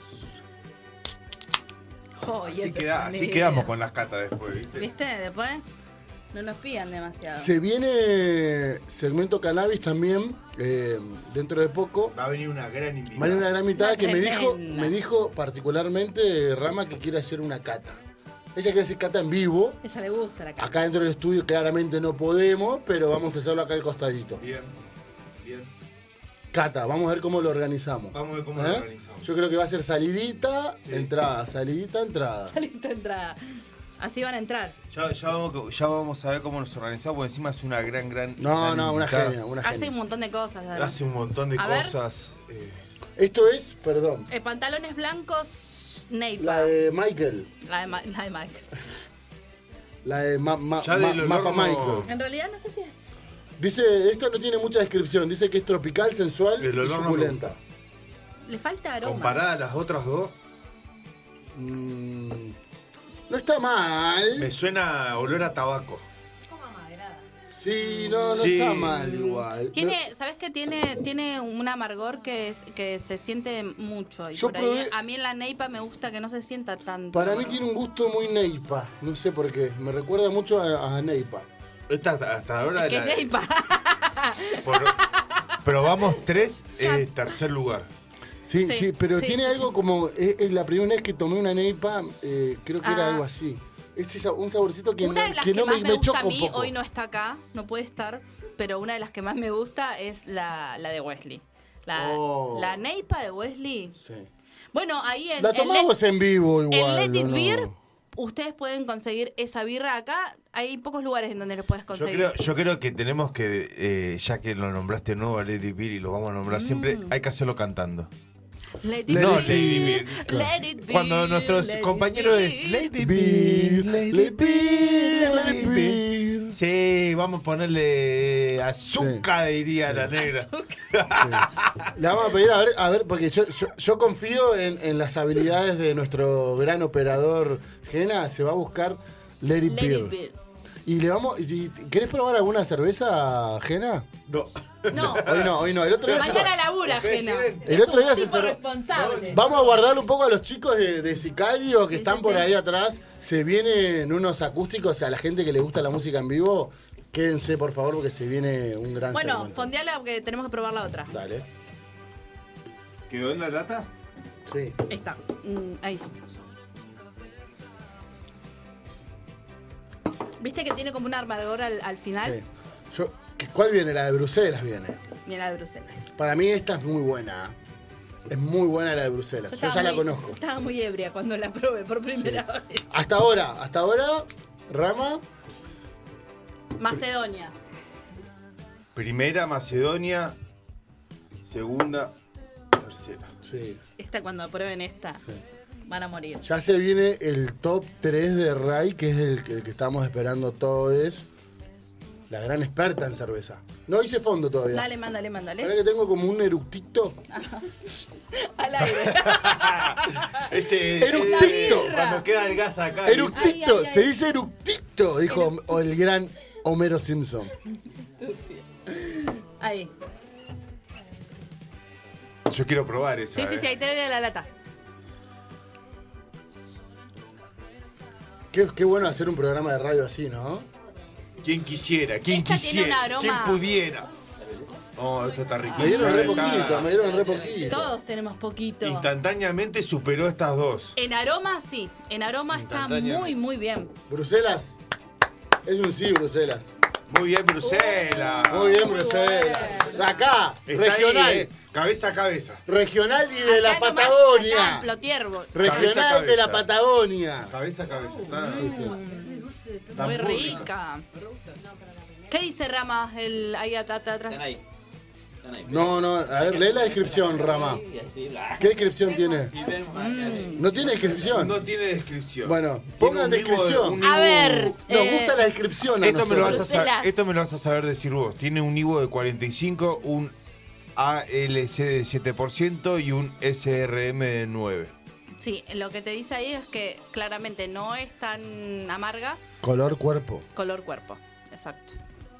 Oh, y Así, ese queda- así sonido. quedamos con las catas después, ¿viste? ¿Viste? Después no nos pidan demasiado. Se viene segmento cannabis también, eh, dentro de poco. Va a venir una gran invitada. Va a venir una gran mitad Una que me dijo, tremenda. me dijo particularmente Rama que quiere hacer una cata. Ella quiere hacer cata en vivo. A ella le gusta la cara. Acá dentro del estudio claramente no podemos, pero vamos a hacerlo acá al costadito. Bien, bien. Cata, vamos a ver cómo lo organizamos. Vamos a ver cómo ¿Eh? lo organizamos. Yo creo que va a ser salidita, Sí. entrada, salidita, entrada. Listo, entrada. Así van a entrar. Ya, ya, vamos, ya vamos a ver cómo nos organizamos, porque encima es una gran, gran. No, gran no, una invitada. genia, una Hace genia. un montón de cosas. además. Hace un montón de A ver. cosas. eh, Esto es, perdón, Eh, pantalones blancos, Neipa. la de Michael. La de, Ma- la de Mike. La de ma, ma- Ya ma- del olor Mapa no- Michael. En realidad no sé si es. Dice, esto no tiene mucha descripción, dice que es tropical, sensual El y olor no me suculenta. Le falta aroma. comparada a las otras dos, Mm, no está mal. me suena olor a tabaco. Como amaderada. Sí, no, no Sí. está mal igual. Tiene, ¿sabes qué? Tiene, tiene un amargor que es, que se siente mucho. Y Yo por ahí, probé- a mí en la neipa me gusta que no se sienta tanto. Para mí tiene un gusto muy neipa. No sé por qué. Me recuerda mucho a, a neipa. Esta hasta, hasta ahora Que la- es neipa. por- probamos tres, eh, tercer lugar. Sí, Sí, sí, pero sí, tiene sí, algo sí. como. Es, es la primera vez que tomé una neipa, eh, creo que era Ah. algo así. Es esa- un saborcito que, Una no, de las que que, no más me, me, me gusta choca a un mí, poco. hoy no está acá, no puede estar, pero una de las que más me gusta es la, la de Wesley. La, Oh. la neipa de Wesley. Sí. Bueno, ahí en, La en tomamos en vivo Let, igual. en Let It ¿o no? Beer, ustedes pueden conseguir esa birra acá. Hay pocos lugares en donde lo puedes Yo conseguir. creo, yo creo que tenemos que, eh, ya que lo nombraste nuevo a Lady Beer y lo vamos a nombrar Mm. siempre, hay que hacerlo cantando. Let Let No it Lady be, Beer. let it be, Cuando nuestros let it compañeros be. es Lady Beer, Beer, Lady Lady Beer, Beer, Lady Beer. Beer. Sí, vamos a ponerle azúcar, diría Sí. la negra. Azúcar. Le vamos a pedir a ver, a ver porque yo, yo, yo confío en, en las habilidades de nuestro gran operador Gena. Se va a buscar Let It Let Beer. it be. Y le vamos. y- y- ¿Querés probar alguna cerveza, Gena? No. No, Hoy no, hoy no. El otro día se- mañana labura, ¿Ustedes Jena. quieren? El Es otro día un se tipo cerró- responsable. Vamos a guardarle un poco a los chicos de, de Sicario que Sí, están sí, por sí. ahí atrás. Se vienen unos acústicos a la gente que le gusta la música en vivo. Quédense, por favor, porque se viene un gran Bueno, segmento. fondeala porque tenemos que probar la otra. Dale. ¿Quedó en la lata? Sí. Ahí está. Mm, ahí. ¿Viste que tiene como un amargor al, al final? Sí. Yo, ¿qué- ¿Cuál viene? La de Bruselas viene. Mira la de Bruselas. Para mí esta es muy buena. Es muy buena la de Bruselas. Yo, estaba ya la muy- conozco. Estaba muy ebria cuando la probé por primera vez. Hasta ahora, hasta ahora, Rama. Macedonia. Primera, Macedonia. Segunda, tercera. Sí, Esta cuando prueben esta, sí. van a morir. Ya se viene el top tres de Ray, que es el que, el que estamos esperando todos. La gran experta en cerveza. No hice fondo todavía. Dale, mándale, Ahora mándale. que tengo como un eructito. Al aire. Ese Eructito. eh, cuando queda el gas acá. Eructito, Ay, ay, ay. se dice eructito, dijo o el gran Homero Simpson. Ahí. Yo quiero probar esa. Sí, sí, eh. sí, ahí te doy la lata. Qué, qué bueno hacer un programa de radio así, ¿no? ¿Quién quisiera? ¿Quién Esta tiene quisiera? un aroma- ¿Quién pudiera? Oh, esto está rico. Me dieron re Está- poquito, me dieron re poquito. Todos tenemos poquito. Instantáneamente superó estas dos. En aroma, sí. En aroma está Instantánea. muy, muy bien. Bruselas. Es un sí, Bruselas. Muy bien, Bruselas. Muy bien, Muy Bruselas. bueno. De acá, Está regional. ahí, eh, cabeza a cabeza. Regional y de la Acá nomás, acá en Patagonia. Plotierbo. Cabeza a Regional de la cabeza. Patagonia. Cabeza a cabeza. Está, Sí, sí. está Muy muy rica. ¿Qué dice Rama el, ahí at- at- atrás? Están ahí. Están ahí. No, no, a ver, lee la descripción, Rama. Y así, bla. ¿Qué descripción tiene? Y ven, Mm. ¿No tiene descripción? No tiene descripción. Bueno, Tiene pongan un mimo de- descripción. un A mimo- ver. Nos eh, gusta la descripción a Esto me, lo vas a nosotros. saber, Bruselas. esto me lo vas a saber decir vos. Tiene un I V O de cuarenta y cinco, un A L C de siete por ciento y un S R M de nueve. Sí, lo que te dice ahí es que claramente no es tan amarga, Color cuerpo. color cuerpo. Exacto.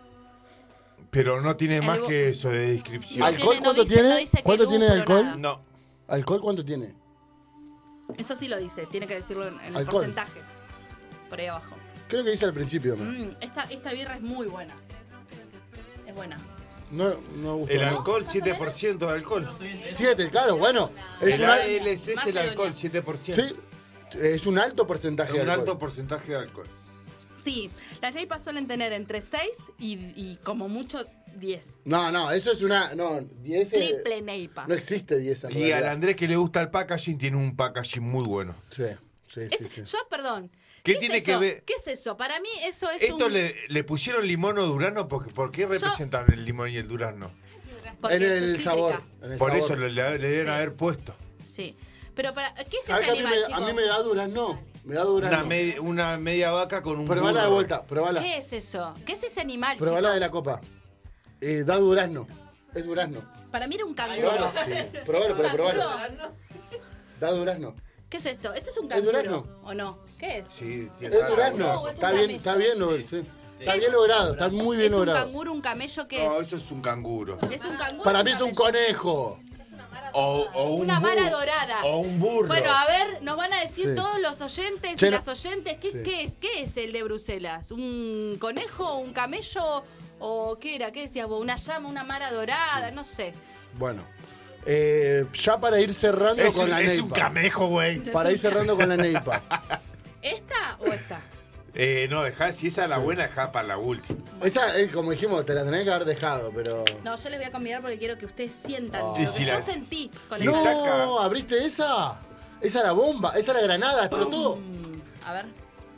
Pero no tiene El más vo- que eso de descripción. No ¿Alcohol tiene- no cuánto dice- tiene? no dice qué ¿Cuánto tiene de lúpulo, alcohol? nada. No. ¿Alcohol cuánto tiene? Eso sí lo dice, tiene que decirlo en, en el Alcohol. porcentaje. Por ahí abajo. Creo que dice al principio. ¿no? Mm, esta, esta birra es muy buena. Es buena. No, no gustó. El ¿no? alcohol, siete por ciento de alcohol. Siete, claro, bueno. Es El una- A L C es el Macedonia. alcohol, siete por ciento. sí, es un alto porcentaje Es de un alcohol. alto porcentaje de alcohol. Sí, las neipas suelen tener entre seis y, y como mucho diez. No, no, eso es una. No, diez. eh, Triple neipa. No existe diez en Y al realidad. Andrés que le gusta el packaging, tiene un packaging muy bueno. Sí, sí, Es- sí. sí. Yo, perdón. ¿Qué es tiene que eso? ver? ¿Qué es eso? Para mí eso es ¿Esto un... le, le pusieron limón o durazno? Porque, ¿por qué representan el limón y el durazno? porque En es el cítrica. sabor. En el Por sabor. eso le, le- le deben Sí. haber puesto. Sí. Pero para... ¿Qué es ¿Sabes ese que a mí, animal, me, chicos? a mí me da durazno? Me da durazno. Una, me- una media vaca con un Probala de burro. vuelta, probala. ¿Qué es eso? ¿Qué es ese animal, Probala chicos? de la copa. Eh, da durazno. Es durazno. Para mí era un canguro. Probalo, sí. Probalo, pero probalo. ¿Canguro? Da durazno. ¿Qué es esto? ¿Esto es un ¿Es canguro? durazno? ¿O no? ¿Qué es? Sí, Es tiene un durazno. camello, es un Está bien, camello. está bien, no, sí. Está bien logrado, está muy bien ¿Es un logrado. canguro, un camello? ¿Qué No, es? eso es un canguro. ¿Es un canguro? Para o mí es un camello? conejo. O, o un Una vara burro. dorada. O un burro. Bueno, a ver, nos van a decir Sí. todos los oyentes Che, y no- las oyentes, ¿qué, Sí. qué es? ¿Qué es el de Bruselas? ¿Un conejo, un camello o qué era? ¿Qué decías vos? ¿Una llama, una mara dorada? No sé. Bueno, eh, ya para ir cerrando es con un, la es Neipa. un camejo, güey. Para ir cerrando con la Neipa. ¿Esta o esta? Eh, no, dejá, si esa es la Sí. buena, dejá para la última. Esa es como dijimos, te la tenés que haber dejado, pero. No, yo les voy a convidar porque quiero que ustedes sientan Oh. lo Y que si yo la- sentí con si esta. está ¡No! acá. ¿Abriste esa? Esa la bomba, esa la granada, explotó. Mm, a ver.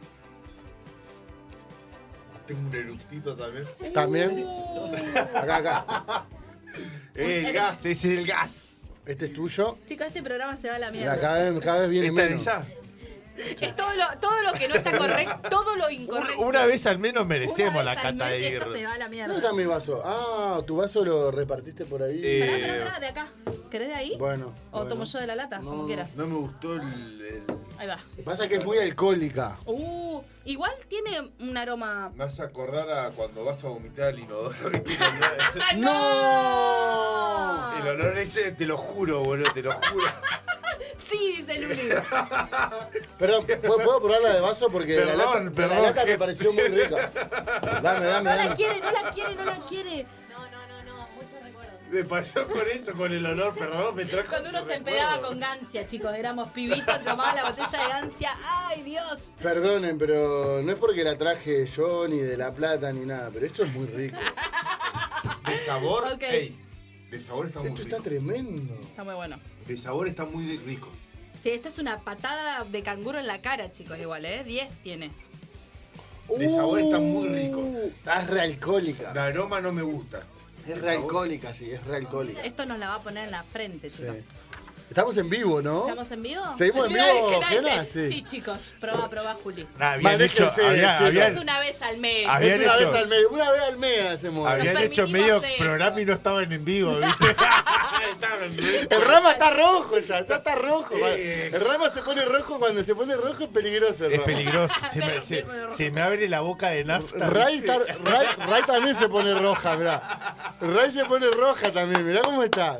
Tengo un eructito también. También. Acá, acá. El gas, es el gas. Este es tuyo. Chicos, este programa se va a la Mira, mierda. cada vez, cada vez viene ¿Esta menos. es esa? Es todo lo, todo lo que no está correcto, todo lo Un- incorrecto. Una vez al menos Una merecemos vez la al cata mes de esto se birra. va a la ¿Dónde mierda. está mi vaso? Ah, tu vaso lo repartiste por ahí. Eh, Pará, pará, pará, de acá. ¿Querés de ahí? Bueno. ¿O bueno. tomo yo de la lata? No, Como quieras. No me gustó el. el- Ahí va. Lo que pasa es que es muy alcohólica. Uh, igual tiene un aroma. Me hace acordar a cuando vas a vomitar al inodoro. ¿Viste? El olor- ¡Ah, ¡No! El olor ese, te lo juro, boludo, te lo juro. Sí, dice Luli. Perdón, ¿puedo, puedo probarla de vaso? Porque la Perdón, lata, la perdón, lata me jefe. pareció muy rica. Dame, dame, No la dame. quiere, no la quiere, no la quiere. No, no, no, no, muchos recuerdos. Me pasó con eso, con el olor, perdón, me trajo Cuando uno ese se empedaba recuerdo. con gancia, chicos, éramos pibitos, tomaba la botella de gancia. ¡Ay, Dios! Perdonen, pero no es porque la traje yo, ni de La Plata, ni nada, pero esto es muy rico. De sabor, Ok. ey, de sabor está muy Esto rico. está tremendo. Está muy bueno. De sabor está muy rico. Sí, esto es una patada de canguro en la cara, chicos, igual, ¿eh? diez tiene. De sabor está muy rico. Uh, Es realcohólica. El aroma no me gusta. Es El sabor- realcohólica, sí, es realcohólica. Esto nos la va a poner en la frente, Sí. chicos. Estamos en vivo, ¿no? ¿Estamos en vivo? ¿Seguimos en Mira, vivo, es que nadie Jena? se- Sí. Sí, chicos. Probá, probá, Juli. Nah, habían hecho, Manéjense, había- chicos. habían- Es una vez al mes. Habían Es una hecho- vez al mes, una vez al mes hacemos. habían Nos hecho permitimos medio esto. programa y no estaban en vivo, ¿viste? Estaban re- El rama está rojo ya, ya está rojo. Sí. El rama se pone rojo, cuando se pone rojo es peligroso el Es rama. peligroso, se me, Pero se, sí, pero- se me abre la boca de nafta. Ray, ¿viste? está- Ray- Ray también se pone roja, mirá. Ray se pone roja también, mirá cómo está.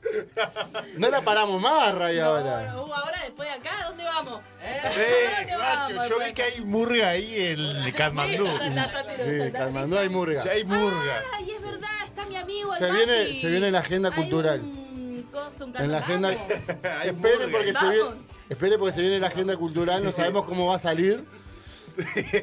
No la paramos más, Ray, No, ahora. no, uh, ahora después de acá, ¿dónde vamos? Eh, ¿Dónde guacho, vamos, yo pues? vi que hay murga ahí en Katmandú. Ya está, ya tiró, ya Sí, está. Calmandú hay murga. Ya hay murga. Ay, es verdad, está mi amigo el Se viene- Mati. se viene la agenda Hay cultural. un coso, un En la agenda. Vamos. Hay Espere murga. porque, se Vamos. viene, espere porque se viene la agenda cultural, no sabemos cómo va a salir. Yo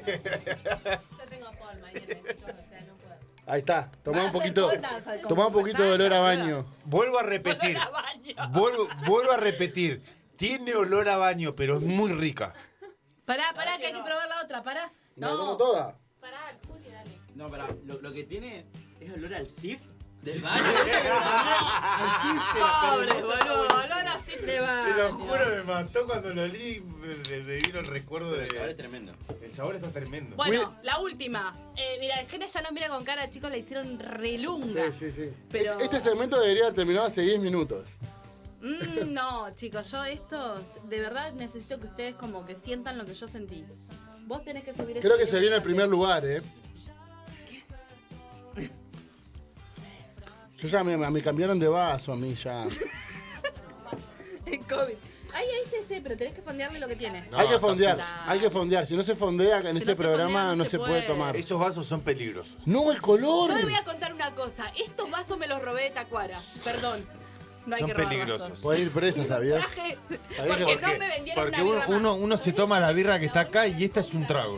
tengo forma, ¿entiendes, chicos? O sea, no puedo. Ahí está, tomá Van un a hacer poquito. pole dance, como Tomá un poquito de olor a baño. Vuelvo a repetir. Olor a baño. Vuelvo, vuelvo a repetir. Tiene olor a baño, pero es muy rica. Pará, pará, que hay que probar la otra, pará. ¿Me la No. tomo toda? Pará, Juli, dale. No, pará, lo, lo que tiene es olor al Sif del baño. Pobre, boludo, olor así te Te va. lo juro, me mató cuando lo olí. Me, me- me vino el recuerdo El sabor es de. tremendo. El sabor está tremendo. Bueno, la última. Eh, mira, el Gene ya nos mira con cara, chicos, la hicieron relunga. Sí, sí, sí. Pero- Este, este segmento debería haber terminado hace diez minutos. Mm, no, chicos, yo esto, de verdad necesito que ustedes como que sientan lo que yo sentí. Vos tenés que subir Creo ese que se video viene el también. primer lugar, ¿eh? Yo ya me, me cambiaron de vaso a mí ya. El COVID. Ay, ahí sí, sí, pero tenés que fondearle lo que tiene. No, hay que está fondear, sucio. hay que fondear. Si no se fondea en Si este no se programa fondea, no no se se puede puede. tomar. Esos vasos son peligrosos. No, el color. Yo les voy a contar una cosa. Estos vasos me los robé de Tacuara. Perdón. No hay Son que robar peligrosos. vasos. Puede ir presa, ¿sabías? Traje ¿Sabías porque que- no me vendieron Porque una uno, birra más. uno, uno se toma la birra que está acá y esta es un trago.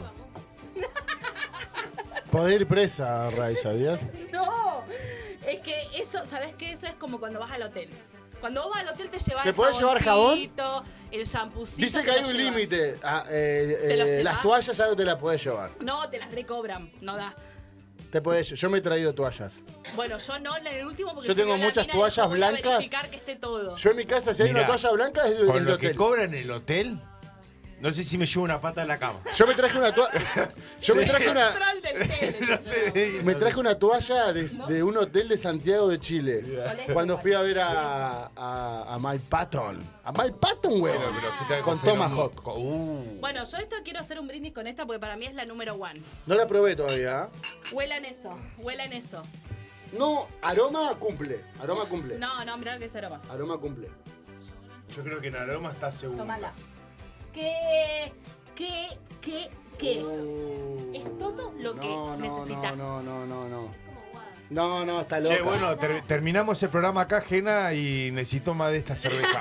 Puede ir presa, Ray, ¿sabías? No, es que eso, ¿sabes qué? Eso es como cuando vas al hotel. Cuando vos vas al hotel te llevas ¿Te el podés llevar jabón? jaboncito, el champucito. Dice te que hay lo un llevas. límite. Ah, eh, ¿Te lo eh, llevas? las toallas ya no te las puedes llevar. No, te las recobran, no da. Te podés, yo me he traído toallas. Bueno, yo no en el último porque Yo se tengo quedó la muchas mina y dijo, toallas voy a blancas. verificar que esté todo. Yo en mi casa, si hay Mirá, una toalla blanca, es de, Con es de lo que hotel. cobra en el hotel, No sé si me llevo una pata a la cama. Yo me traje una toalla. Yo me traje una. Control del tele. Me traje una toalla de, de un hotel de Santiago de Chile. ¿Cuál es? Cuando fui a ver a, a, a Mike Patton. A Mike Patton, huevo. Pero, pero fuiste Con Fenómeno- Tomahawk. con- Uh. Bueno, yo esta quiero hacer un brindis con esta porque para mí es la número one. No la probé todavía. ¿eh? Huelan eso, huelan eso. No, aroma cumple. Aroma cumple. No, no, mirá lo que es aroma. Aroma cumple. Yo creo que en aroma está seguro. Tómala. ¿Qué? ¿Qué? ¿Qué? ¿Qué? Oh. Es todo lo que No, no, necesitas. No, no, no, no. Como guada. No, no, está loca. Che, bueno, ter- terminamos el programa acá, Jena, y necesito más de esta cerveza.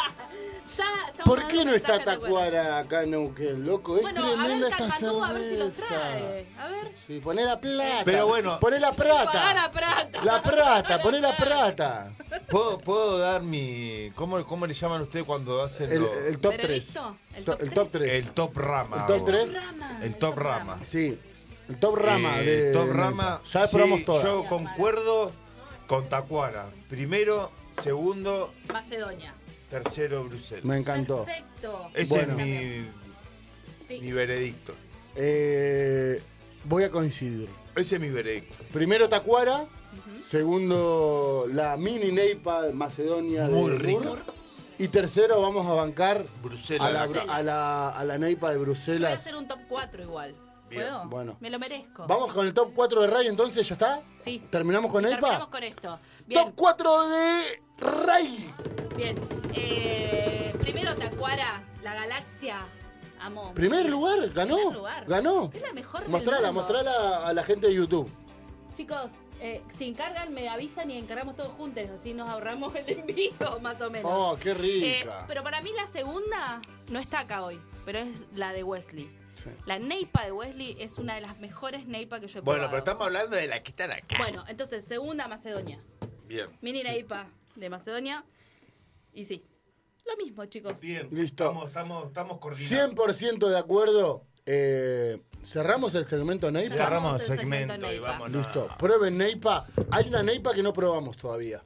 Ya, toma ¿Por qué un no está mensaje, te acuerdo. Tacuara acá en Neuquén, loco? Es Bueno, a ver, tremenda esta Calcatú, a ver si los cerveza. trae. A ver. Sí, poné la plata. Pero bueno. Poné la Pagar plata. a plata. La plata, poné la plata. ¿Puedo, puedo dar mi... ¿Cómo, ¿Cómo le llaman ustedes cuando hacen El, lo- el top tres. ¿Veredicto? ¿El top El top tres? tres. el top rama? El top hago. tres. Rama, El top rama. Sí. El top rama Eh, de. el top de rama. Neta. Ya sí, probamos todas. Yo concuerdo con Tacuara. Primero, segundo, Macedonia. tercero, Bruselas. Me encantó. Perfecto. Ese Bueno. es mi, Sí. mi veredicto. Eh, voy a coincidir. Ese es mi veredicto. Primero Tacuara. Ujú. Segundo, la mini Neipa Macedonia Muy de rica. Mur. Y tercero, vamos a bancar Bruselas. a la, Bruselas. a la, a la Neipa de Yo voy a Bruselas. hacer un top cuatro igual. Bien. ¿Puedo? Bueno. Me lo merezco. Vamos con el top cuatro de Ray, entonces, ¿ya está? Sí. ¿Terminamos con Y Neipa? terminamos con esto. Bien. Top cuatro de Ray. Bien. Eh, primero Tacuara, la galaxia. Amo. Primer lugar, ganó. Primer lugar. Ganó. Es la mejor del Mostrala, mundo. mostrala a la gente de YouTube. Chicos, eh, si encargan, me avisan y encargamos todos juntos. Así nos ahorramos el envío, más o menos. Oh, qué Eh, rica. pero para mí la segunda no está acá hoy, pero es la de Wesley. Sí. La Neipa de Wesley es una de las mejores Neipa que yo he Bueno, probado. pero estamos hablando de la que están acá. Bueno, entonces, segunda Macedonia. Bien. Mini Neipa de Macedonia. Y sí, lo mismo, chicos. Bien. Listo. Estamos, estamos, estamos coordinados. cien por ciento de acuerdo. Eh, cerramos el segmento Neipa. Cerramos el el segmento, segmento y Neipa. vámonos. Listo. Prueben Neipa. Hay una Neipa que no probamos todavía.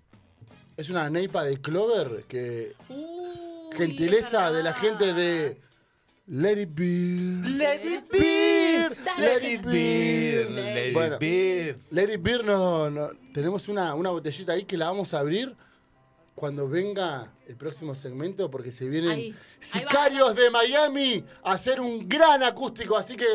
Es una Neipa de Clover que Uy, gentileza es de la verdad. gente de Let It Be. Let it be, Let it be. Let it Bueno. be. Let It Be, no, no- tenemos una, una botellita ahí que la vamos a abrir cuando venga el próximo segmento porque se vienen Ahí, ahí va. Sicarios de Miami a hacer un gran acústico, así que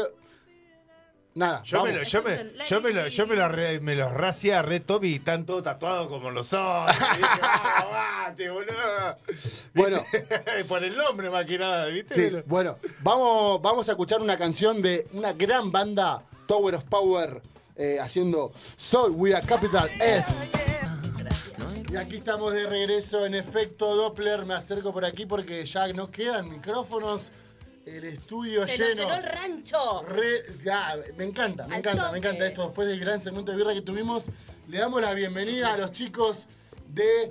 nada, Yo me, vamos. lo, yo, me, Escuchen, let yo, me, it lo, be. yo me lo re- me los racía re top y están todos tatuados como los otros. Y dije, "Ah, aguante, boludo". Bueno. Por el nombre más que nada, ¿viste? Sí, Pero- bueno, vamos, vamos a escuchar una canción de una gran banda, Tower of Power, eh, haciendo Soul with a Capital S. Y aquí estamos de regreso en efecto Doppler. Me acerco por aquí porque ya no quedan micrófonos. El estudio Se lleno. nos llenó el rancho. Re- ya, me encanta, me Al encanta, toque. me encanta esto. Después del gran segmento de birra que tuvimos, le damos la bienvenida a los chicos de,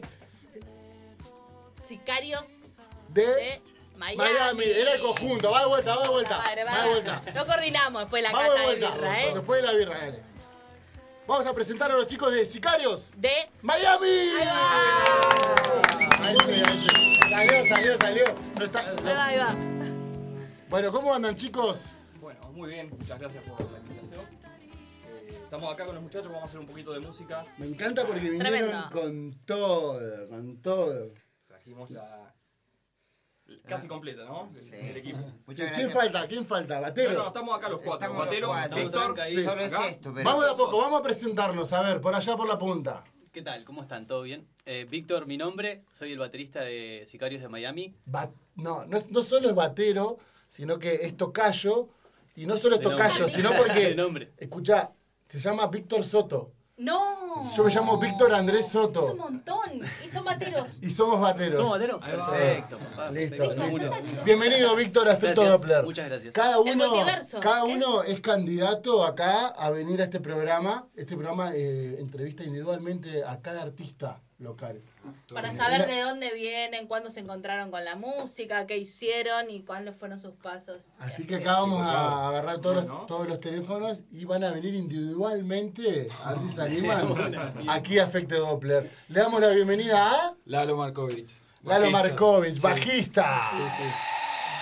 Sicarios de, de Miami. Miami. Era el conjunto. Va de vuelta, va de vuelta. Vale, Va vale. de vuelta. No coordinamos después la Vamos de cata de vuelta. birra, ¿eh? Después de la birra, dale. Vamos a presentar a los chicos de Sicarios. De ¡Miami! Ahí va. Ahí sí, ahí sí. Salió, salió, salió. No está- Ahí va, ahí va. Bueno, ¿cómo andan, chicos? Bueno, muy bien, muchas gracias por la invitación. Eh, estamos acá con los muchachos, vamos a hacer un poquito de música. Me encanta porque vinieron Tremendo. con todo, con todo. Trajimos la. casi completa, ¿no? El, Sí. el equipo. Muchas ¿Quién gracias. falta? ¿Quién falta? No, ¿Batero? no, estamos acá los cuatro. Estamos los Batero, cuatro. Víctor, Sí. Solo es acá. esto, pero. Vamos de a poco, vamos a presentarnos, a ver, por allá por la punta. ¿Qué tal? ¿Cómo están? ¿Todo bien? Eh, Víctor, mi nombre, soy el baterista de Sicarios de Miami. Ba- no, no, es- no solo es batero, sino que es tocayo. Y no solo es De tocayo, nombre. sino porque, De nombre. escuchá, se llama Víctor Soto. No. Yo me llamo Víctor Andrés Soto. Es un montón. Y son bateros. Y somos bateros. ¿Somos bateros? Ahí va. Perfecto, papá. Listo, perfecto. listo. ya está, chicos. Bienvenido, Víctor, a Efecto Gracias, Doppler. muchas gracias. Cada El uno, multiverso. cada ¿Eh? uno es candidato acá a venir a este programa. Este programa eh, entrevista individualmente a cada artista local. Para saber de dónde vienen, cuándo se encontraron con la música, qué hicieron y cuáles fueron sus pasos. Así que acá vamos a agarrar todos los, Bueno. todos los teléfonos y van a venir individualmente, a ver si se animan, aquí a Efecto Doppler. Le damos la bienvenida a Lalo Markovich. Lalo Bajista. Markovich, Sí. bajista. Sí, sí.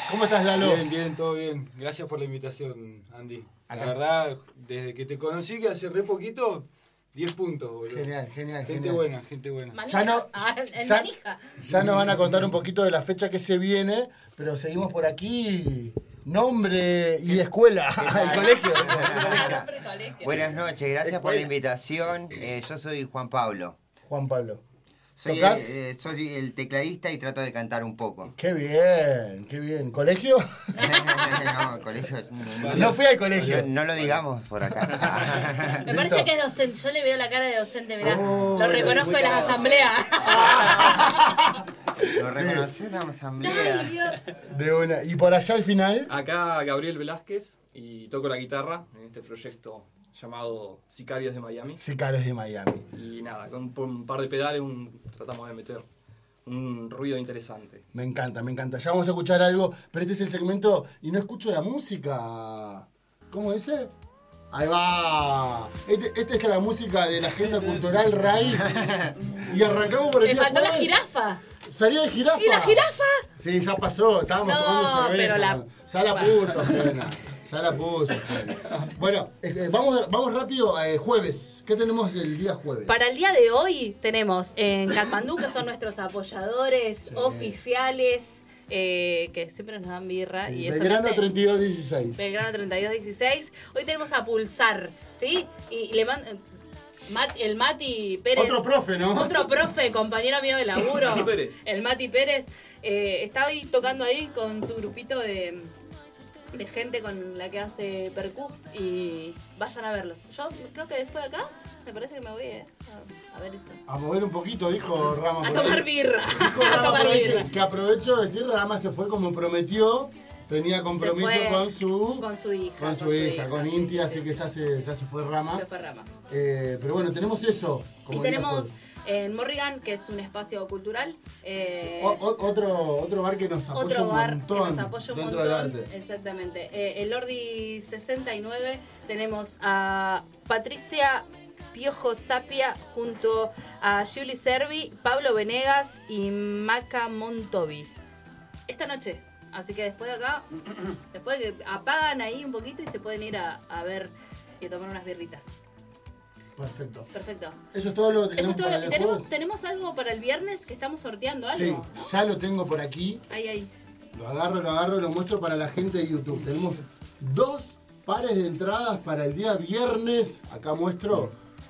¿Cómo estás, Lalo? Bien, bien, todo bien. Gracias por la invitación, Andy. Acá. La verdad, desde que te conocí, que hace re poquito, diez puntos, boludo. Genial, genial, Gente genial. buena, gente buena. Manija. Ya no- Ah, el ya- manija. Ya nos van a contar un poquito de la fecha que se viene, pero seguimos por aquí. Nombre y escuela, y colegio. Nombre, colegio. Buenas noches, gracias por Escuela. la invitación. Eh, yo soy Juan Pablo. Juan Pablo. Soy el, ¿Tocás? eh, soy el tecladista y trato de cantar un poco. Qué bien, qué bien. ¿Colegio? no, colegio. No, No fui al colegio. no, no lo digamos por acá. Me parece que es docente. Yo le veo la cara de docente, mirá. Oh, lo reconozco muy en las cagado. asambleas. Lo reconocí en la asamblea. Ay, Dios. De una. Y por allá al final. Acá Gabriel Velázquez y toco la guitarra en este proyecto llamado Sicarios de Miami. Sicarios de Miami. Y nada, con un par de pedales un- tratamos de meter un ruido interesante. Me encanta, me encanta. Ya vamos a escuchar algo, pero este es el segmento y no escucho la música. ¿Cómo dice? Ahí va. Este- Esta es la música de la agenda cultural RAI. Y arrancamos por el Me día faltó la jueves. jirafa. ¿Salía de jirafa? ¿Y la jirafa? Sí, ya pasó. Estábamos No, tomando cerveza. pero la- Ya la puso, Jena. Ya la puso, Jena. Bueno, eh, eh, vamos, vamos rápido. eh, jueves. ¿Qué tenemos el día jueves? Para el día de hoy tenemos en Katmandú, que son nuestros apoyadores Sí. oficiales, eh, que siempre nos dan birra. Sí, y eso me Belgrano hace- treinta y dos dieciséis. Belgrano treinta y dos dieciséis. Hoy tenemos a Pulsar, ¿sí? Y, y le mando... Mat- el Mati Pérez. Otro profe, ¿no? Otro profe, compañero mío de laburo. Mati Pérez. El Mati Pérez. eh, está hoy tocando ahí con su grupito de, de gente con la que hace percu. Y vayan a verlos. Yo creo que después de acá, me parece que me voy eh, a, a ver eso. A mover un poquito, dijo Rama. A por ahí. tomar birra. Dijo A Rama tomar por ahí birra. que, que aprovecho de decir, Rama se fue como prometió. Tenía compromiso Se fue con su con su hija. con su hija, con sí, Inti, sí, así sí, que sí. ya se, ya se fue Rama. Se fue Rama. Eh, pero bueno, tenemos eso. como Y día tenemos jueves. en Morrigan, que es un espacio cultural. eh, O- o- otro, otro bar que nos apoya Otro un bar montón que nos apoya un dentro montón. del arte. Exactamente. Eh, el Lordi sesenta y nueve tenemos a Patricia Piojo Sapia junto a Julie Servi, Pablo Venegas y Maca Montovi. Esta noche. Así que después de acá, después de que apagan ahí un poquito y se pueden ir a, a ver y a tomar unas birritas. Perfecto. Perfecto. Eso es todo lo que Eso tenemos es todo. para Y el tenemos, jueves. tenemos algo para el viernes que estamos sorteando algo. Sí, ¿no? ya lo tengo por aquí. Ahí, ahí. Lo agarro, lo agarro, lo muestro para la gente de YouTube. Tenemos dos pares de entradas para el día viernes. Acá muestro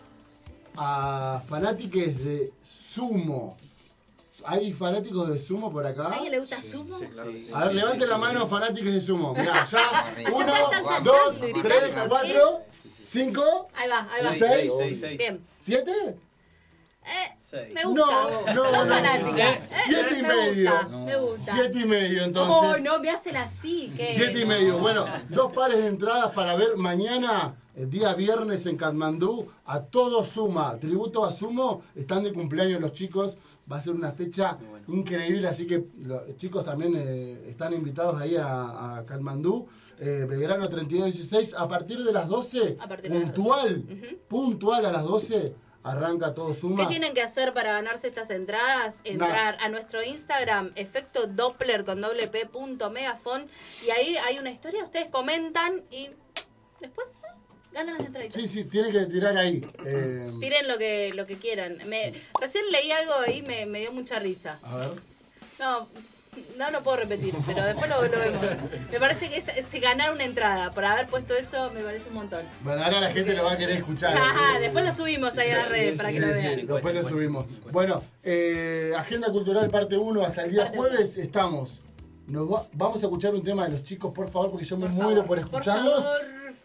a fanáticos de Sumo. ¿Hay fanáticos de Sumo por acá? ¿A alguien le gusta Sumo? Sí, claro que sí. A ver, levante la mano, fanáticos de Sumo. Mirá, ya. Ya Uno, están dos, saltando, tres, gritando. cuatro, cinco, Ahí va, ahí va. Sí, seis, seis, seis. Bien. siete. Eh, Seis. me gusta. No, no, Soy no, no. fanática. Eh, Siete y me medio. Gusta, me gusta. Siete y medio, entonces. Oh, no, me hacen así. ¿Qué? Siete y medio. Bueno, dos pares de entradas para ver mañana, el día viernes en Katmandú, a todo Suma. Tributo a Sumo. Están de cumpleaños los chicos. Va a ser una fecha increíble, así que los chicos también eh, están invitados ahí a, a Katmandú. Eh, Belgrano treinta y dos dieciséis. A partir de las doce, A partir de las puntual, doce. Ujú. puntual a las doce, arranca todo Suma. ¿Qué tienen que hacer para ganarse estas entradas? Entrar a nuestro Instagram, efecto Doppler con doble p punto megafon, y ahí hay una historia, ustedes comentan y después eh, ganan las entraditas. Sí, sí, tiene que tirar ahí. Eh, Tiren lo que, lo que quieran. Me, recién leí algo ahí, me, me dio mucha risa. a ver. No, no lo puedo repetir, pero después lo, lo vemos. Me parece que es, es ganar una entrada. Por haber puesto eso, me parece un montón. Bueno, ahora la gente lo va a querer escuchar. Ajá, Eh, después lo subimos ahí a las redes para que lo Sí, vean. sí, después lo subimos. Bueno, eh, Agenda Cultural parte uno hasta el día Parte jueves estamos. Nos va- vamos a escuchar un tema de los chicos, por favor, porque yo me Por muero favor, por escucharlos. Por favor.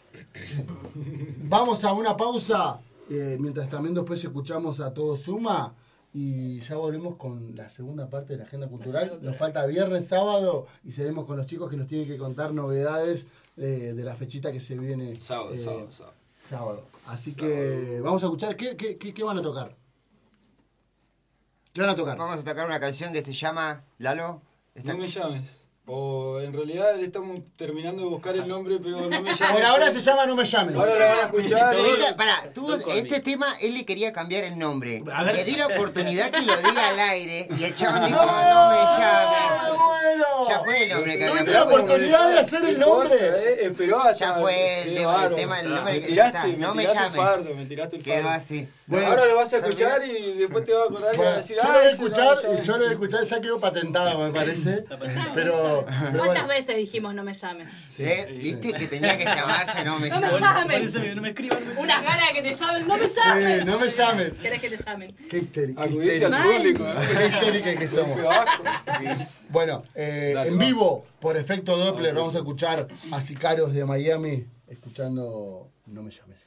Vamos a una pausa, eh, mientras también después escuchamos a Todo Suma. Y ya volvemos con la segunda parte de la Agenda Cultural. Nos falta viernes, sábado y seguimos con los chicos que nos tienen que contar novedades eh, de la fechita que se viene. Sábado, eh, sábado, sábado. sábado. Así que vamos a escuchar. ¿Qué, qué, qué, qué van a tocar? ¿Qué van a tocar? Vamos a tocar una canción que se llama Lalo. Está- No me llames. O en realidad le estamos terminando de buscar el nombre, pero no me llames. Por ahora se llama No me llames. Ahora lo van a escuchar. Tuviste- Pará, tuvo este tema, él le quería cambiar el nombre. Le di la oportunidad que lo diga al aire y el chabón dijo, no me llames. Ya fue el nombre que había Tuviste la oportunidad de hacer el nombre. Eh, esperó hasta. Ya fue el Qué tema, el bárbaro. tema, el nombre Me que tiraste, ya está. me No me tiraste el llames. fardo, me tiraste el Quedó fardo. así. Bueno, ahora lo vas a escuchar y después te vas a acordar y vas a decir, yo ah, lo voy a ese no escuchar, me llama. y yo lo voy a escuchar, ya quedó patentado, me parece. Pero, pero ¿Cuántas bueno. veces dijimos no me llames? Eh, ¿Viste que tenía que llamarse? No me No me llames. llames. No me escriban. Unas ganas de que te llamen. No me llames. Sí, no me llames. ¿Querés que te llamen? Qué histérica. Qué Acudiste al histérica. público. ¿eh? Qué histérica que somos. Golpe bajo. Bueno, eh, Dale, en va. vivo, por efecto Doppler, vamos a escuchar a Sicarios de Miami escuchando No me llames.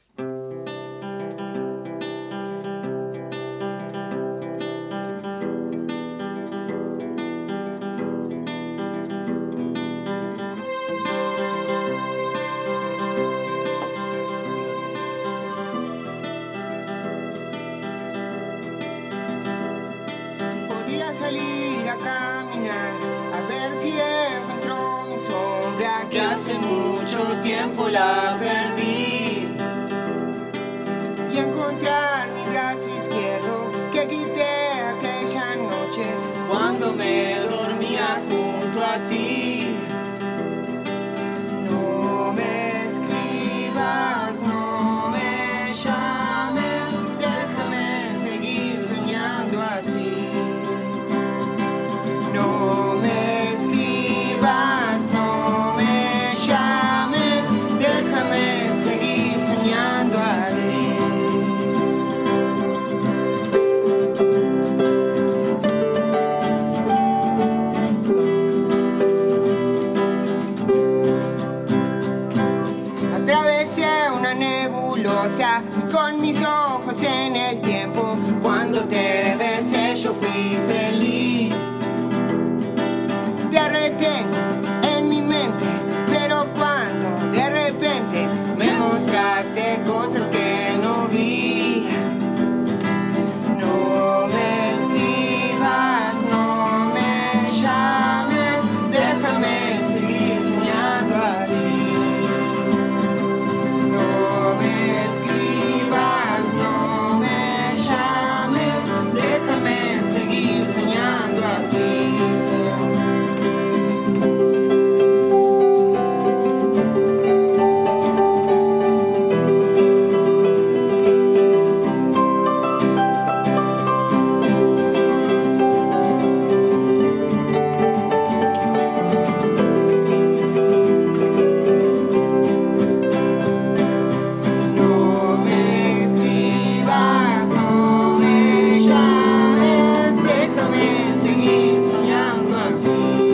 Podría salir a caminar, a ver si encuentro mi sombra que hace mucho tiempo la perdí. Y encontrar mi brazo izquierdo que quité aquella noche cuando me dormía junto a ti. No me escribas, no me llames, déjame seguir soñando así. No me escribas, no me llames, déjame seguir soñando así. Atravesé una nebulosa con mis ojos en el tiempo. Cuando te besé yo fui feliz. Te retengo en mi mente, pero cuando de repente me mostraste cosas que no vi. No me escribas, no me llames, déjame seguir soñando así. No me escribas, no me llames, déjame seguir soñando así. No me escribas, no me llames, déjame seguir soñando así.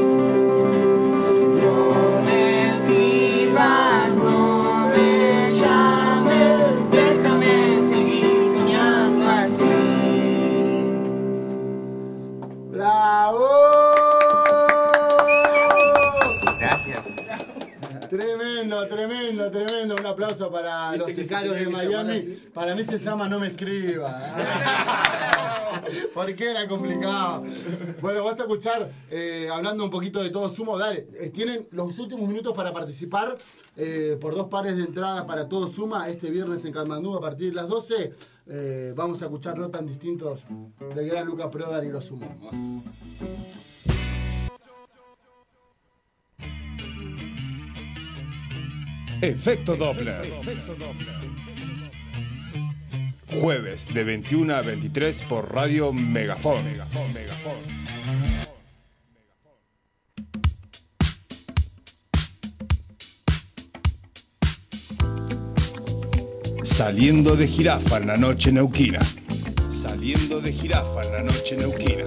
No me escribas, no me llames, déjame seguir soñando así. ¡Bravo! Gracias. Tremendo, tremendo, tremendo. Un aplauso para Viste los que se Sicarios de tenía que llamar Miami. así. Para mí se llama No me escriba. Porque era complicado. Bueno, vas a escuchar, eh, hablando un poquito de Todo Sumo. Dale, eh, tienen los últimos minutos para participar eh, por dos pares de entradas para Todo Suma este viernes en Katmandú a partir de las doce. Eh, vamos a escuchar No Tan Distintos del gran Luca Prodan y los Sumo. Efecto Doppler. Jueves de veintiuna a veintitrés por Radio Megafon. Megafon, Megafon. Saliendo de jirafa en la noche neuquina. Saliendo de jirafa en la noche neuquina.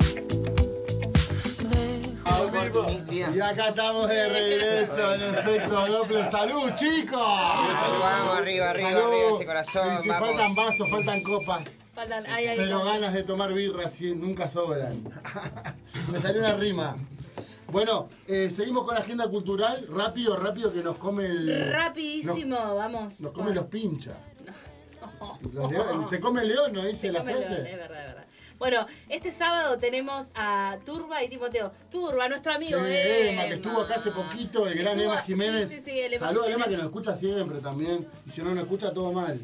Y acá estamos de regreso en Efecto Doppler. ¡Salud, chicos! Vamos, arriba, arriba, Salud. arriba ese corazón, Sí, sí, vamos. faltan vasos, faltan copas. Faltan, ay, ay, Pero ay. ganas de tomar birra sí, nunca sobran. Me salió una rima. Bueno, eh, seguimos con la agenda cultural. Rápido, rápido que nos come el... Rapidísimo, vamos. Nos come los pinchas. No. Los leones- se come el león, ¿no dice Se la come el frase? león, es verdad, es verdad. Bueno, este sábado tenemos a Turba y Timoteo. Turba, nuestro amigo Sí, Emma. Emma, que estuvo acá hace poquito, el gran Estuvo- Emma Jiménez. sí, sí, sí, el Emma Saludos a Emma Jiménez. que nos escucha siempre también. Y si no nos escucha, todo mal.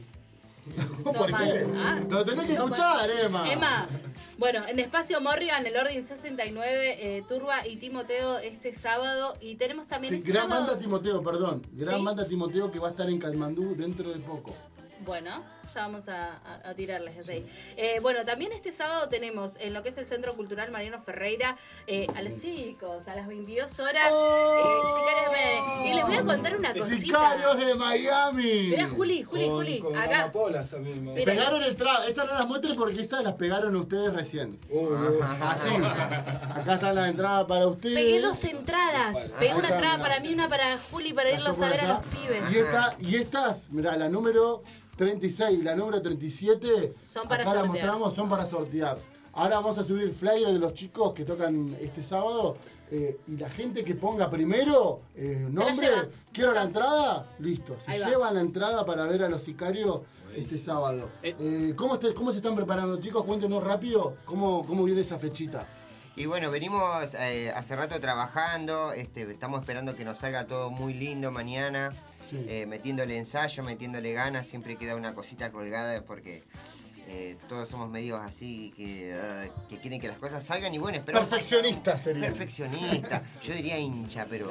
Todo ¿Por mal. qué? Ah, Lo tenés que todo escuchar, mal. Emma. Emma, bueno, en Espacio Morrigan, el Orden sesenta y nueve, eh, Turba y Timoteo este sábado. Y tenemos también Sí, este gran sábado... banda Timoteo, perdón. Gran ¿Sí? banda Timoteo que va a estar en Katmandú dentro de poco. Bueno, ya vamos a, a- a tirarles desde ahí. Eh, bueno, también este sábado tenemos en lo que es el Centro Cultural Mariano Ferreira eh, a los chicos, a las veintidós horas. eh, Sicarios de- y les voy a contar una cosita. Sicarios de Miami. Mirá, Juli, Juli, Con- Juli, con acá. amapolas también. vamos. Mira. Pegaron entrada, esas no las muestre porque esas las pegaron ustedes recién. Uh, uh. Así. Acá están las entradas para ustedes. Pegué dos entradas. Pegué una Acá, entrada mirá. para mí y una para Juli para irlos Pasó a por ver a allá. los pibes. Y, esta, y estas, mirá, la número treinta y seis y la número treinta y siete, Son para acá la sortear. mostramos, son para sortear. Ahora vamos a subir el flyer de los chicos que tocan este sábado. eh, y la gente que ponga primero eh, nombre, lleva. quiero la entrada, listo. Se Ahí va. llevan la entrada para ver a los sicarios este sábado. Eh, ¿cómo, este- ¿Cómo se están preparando, chicos? Cuéntenos rápido cómo, cómo viene esa fechita. Y bueno, venimos eh, hace rato trabajando, este, estamos esperando que nos salga todo muy lindo mañana, Sí. eh, metiéndole ensayo, metiéndole ganas, siempre queda una cosita colgada porque eh, todos somos medios así que, eh, que quieren que las cosas salgan y bueno, esperamos. Perfeccionistas serían. Perfeccionista, yo diría hincha, pero...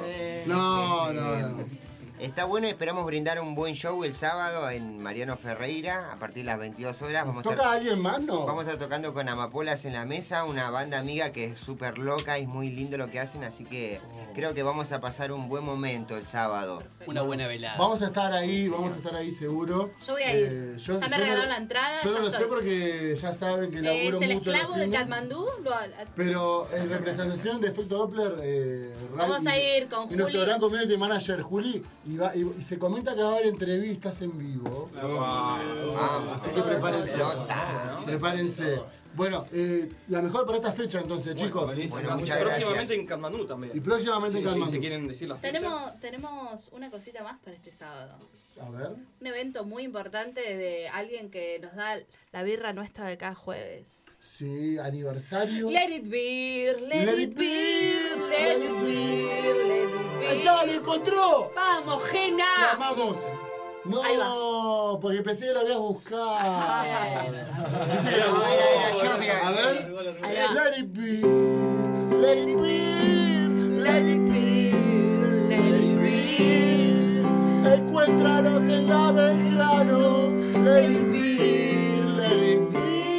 No, eh, no, no. Está bueno y esperamos brindar un buen show el sábado en Mariano Ferreira a partir de las veintidós horas. Vamos a ¿Toca estar... alguien más, no? Vamos a estar tocando con Amapolas en la mesa, una banda amiga que es súper loca y es muy lindo lo que hacen, así que creo que vamos a pasar un buen momento el sábado. Una buena velada. Vamos a estar ahí, vamos a estar ahí seguro. Yo voy a ir. Eh, yo- ya me yo regalaron no- la entrada. Yo ya no lo sé estoy. porque ya saben que Eh, laburo es el mucho esclavo los de fines. Katmandú. Lo- Pero en representación de Efecto Doppler, eh, Ray Vamos y- a ir con y Juli. nuestro gran community manager Juli. Y, va- y- y se comenta que va a haber entrevistas en vivo. Vamos, Así que prepárense. pelota. Prepárense. Bueno, eh, la mejor para esta fecha entonces, chicos. Buenísimo. Bueno, muchas Próximamente gracias. en Katmandú también. Y próximamente en Sí, sí, Katmandú. si quieren decir las fechas. Tenemos, tenemos una cosita más para este sábado. A ver. Un evento muy importante de alguien que nos da la birra nuestra de cada jueves. Sí, aniversario. Let it be, let, Let it it be, be, let it be, let it be. ¡Ahí está! ¡Lo encontró! ¡Vamos, ¡Lo Gena! amamos! Ahí No, porque pensé que lo habías buscado. Dice que lo No, era- era yo, mira. A ver. Ahí va. Let it be, let it be, let it be, let it be. Encuéntralos en la Belgrano. Let it be, let it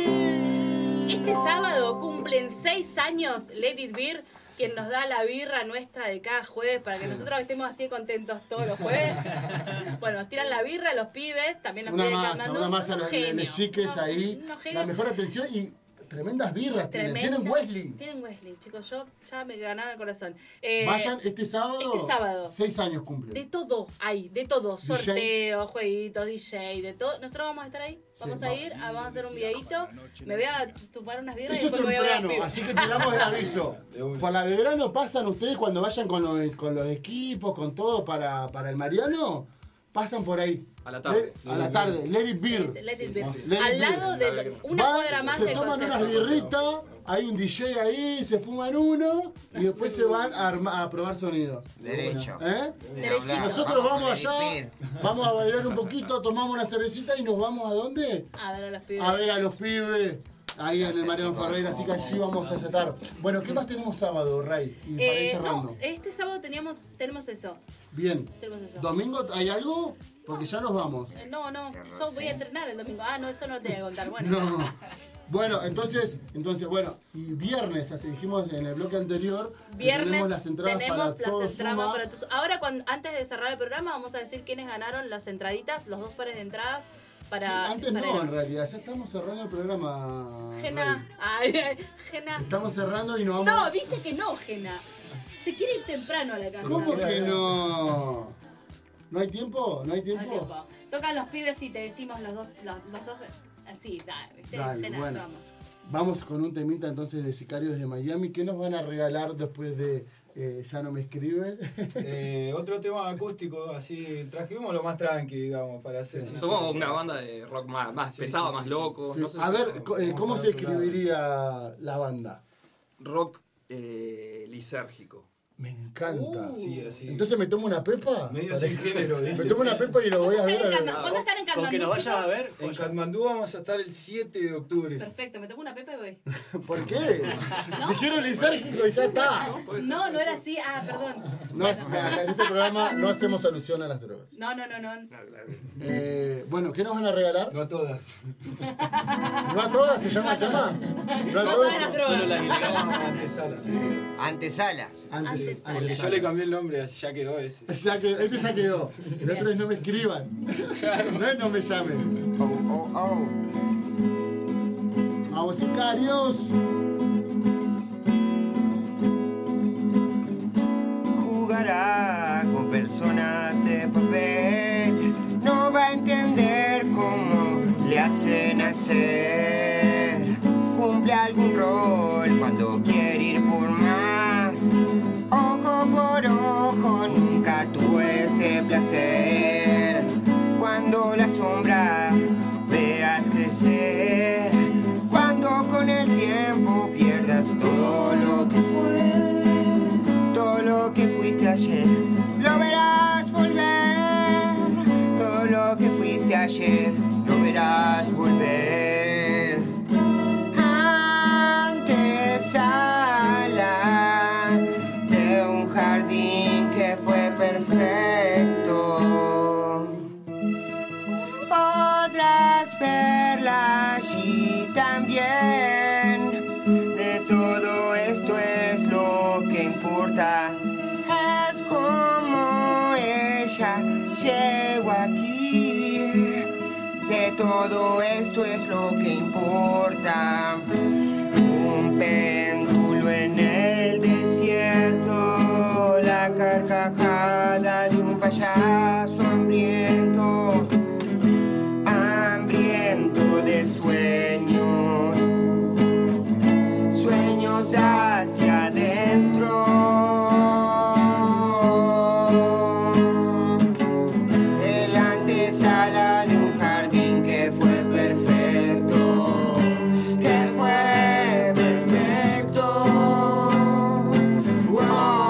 be. Este sábado cumplen seis años Let It Be, quien nos da la birra nuestra de cada jueves para que nosotros estemos así contentos todos los jueves. Bueno, nos tiran la birra a los pibes, también los Una pibes masa, Katmandú. una masa a Unos los, genios. los chiques Unos- ahí. unos La genios. mejor atención y tremendas birras tienen. Tremenda. Tienen Wesley. Tienen Wesley, chicos, yo ya me ganaron el corazón. Eh, Vayan este sábado. este sábado. Seis años cumplen. De todo hay, de todo. D J. Sorteos, jueguitos, D J, de todo. Nosotros vamos a estar ahí. Vamos Sí. a ir, a- vamos a hacer un videito. Me voy a tomar unas birras Eso y es después me voy a ver a los temprano, pibes. así que tiramos el aviso. Por la Belgrano pasan ustedes cuando vayan con los, con los equipos, con todo para, para el Mariano, pasan por ahí. A la tarde. Le- a la tarde, let it be. Sí, sí, let it be. Let it Al be. lado de una Van, cuadra más se de toman Consejo. unas birritas, hay un D J ahí, se fuman uno y después se van a, arma- a probar sonidos. Derecho. ¿Eh? Ni hablar. Nosotros vamos con allá, el I P. vamos a bailar un poquito, tomamos una cervecita y nos vamos a dónde? A ver a los pibes. A ver a los pibes. Ahí en el Gracias, Mariano chicos. Ferreira, así que allí vamos a estar. Bueno, ¿qué más tenemos sábado, Ray? Y para ir Eh, cerrando. no, este sábado teníamos, tenemos eso. Bien. Tenemos eso. ¿Domingo hay algo? Porque ya nos vamos. Eh, No, no, yo voy a entrenar el domingo. Ah, no, eso no te voy a contar. Bueno. No. Bueno, entonces, entonces, bueno, y viernes, así dijimos en el bloque anterior, que Viernes tenemos las entradas tenemos para las todo entradas suma. para tus- Ahora, cuando, antes de cerrar el programa, vamos a decir quiénes ganaron las entraditas, los dos pares de entradas para. Sí, antes para no, ir. en realidad, ya estamos cerrando el programa. Gena. Ray. Ay, ay, Gena. Estamos cerrando y nos vamos. No, dice que no, Gena. Se quiere ir temprano a la casa. ¿Cómo que no? ¿No hay tiempo? ¿No hay No tiempo? hay tiempo. Tocan los pibes y te decimos los dos, los, los dos. Así, dale, ¿viste? Dale, Gena, bueno. vamos. Vamos con un temita entonces de Sicarios de Miami. ¿Qué nos van a regalar después de eh, ya no me escribe. Eh, otro tema acústico, así, trajimos lo más tranqui, digamos, para hacer... Sí, somos una banda de rock más, más Sí, pesado, sí, más sí, loco. Sí. No sé si A ver, me- co- eh, ¿cómo para se otro lado. escribiría la banda? rock eh, lisérgico. Me encanta. Sí, así. Entonces me tomo una pepa. Medio Para- sin género, ¿viste? Me tomo una pepa y lo voy a ¿Cuándo ver. están en Katma- ¿Cuándo están en Con Katmandú, que nos vayan chicos? a ver, En joya. Katmandú vamos a estar el siete de octubre. Perfecto, me tomo una pepa y voy. ¿Por qué? Dijeron lisérgico y ya está. No, no era así. Ah, perdón. No, es- acá en este programa no hacemos alusión a las drogas. No, no, no, no. Eh, bueno, ¿qué nos van a regalar? No a todas. ¿No a todas se llama el tema? ¿No a No todas? todas las drogas. Solo las ilegales. Antesala. Antesala. Antes, Porque yo le cambié el nombre, así ya quedó ese. Ya que, este ya quedó. El otro es no me escriban. No es no me llamen. Oh, oh, oh. Vamos, sicarios. Jugará con personas de papel. No va a entender cómo le hacen hacer. Cumple algún rol cuando quiere ir por más. Ojo por ojo, nunca tuvo ese placer. Cuando la sombra veas crecer. Cuando con el tiempo pierdas todo lo que fue. Todo lo que fuiste ayer, lo verás volver. Todo lo que fuiste ayer, lo verás volver. Antesala de un jardín que fue perfecto. Podrás verla allí también. De todo esto es lo que importa. Es como ella llegó aquí. De todo esto es lo que importa. Un péndulo en el desierto. La carcajada de un payaso hambriento. Hambriento de sueños. Sueños hacia adentro. El antesala de un jardín que fue perfecto. Que fue perfecto. Wow,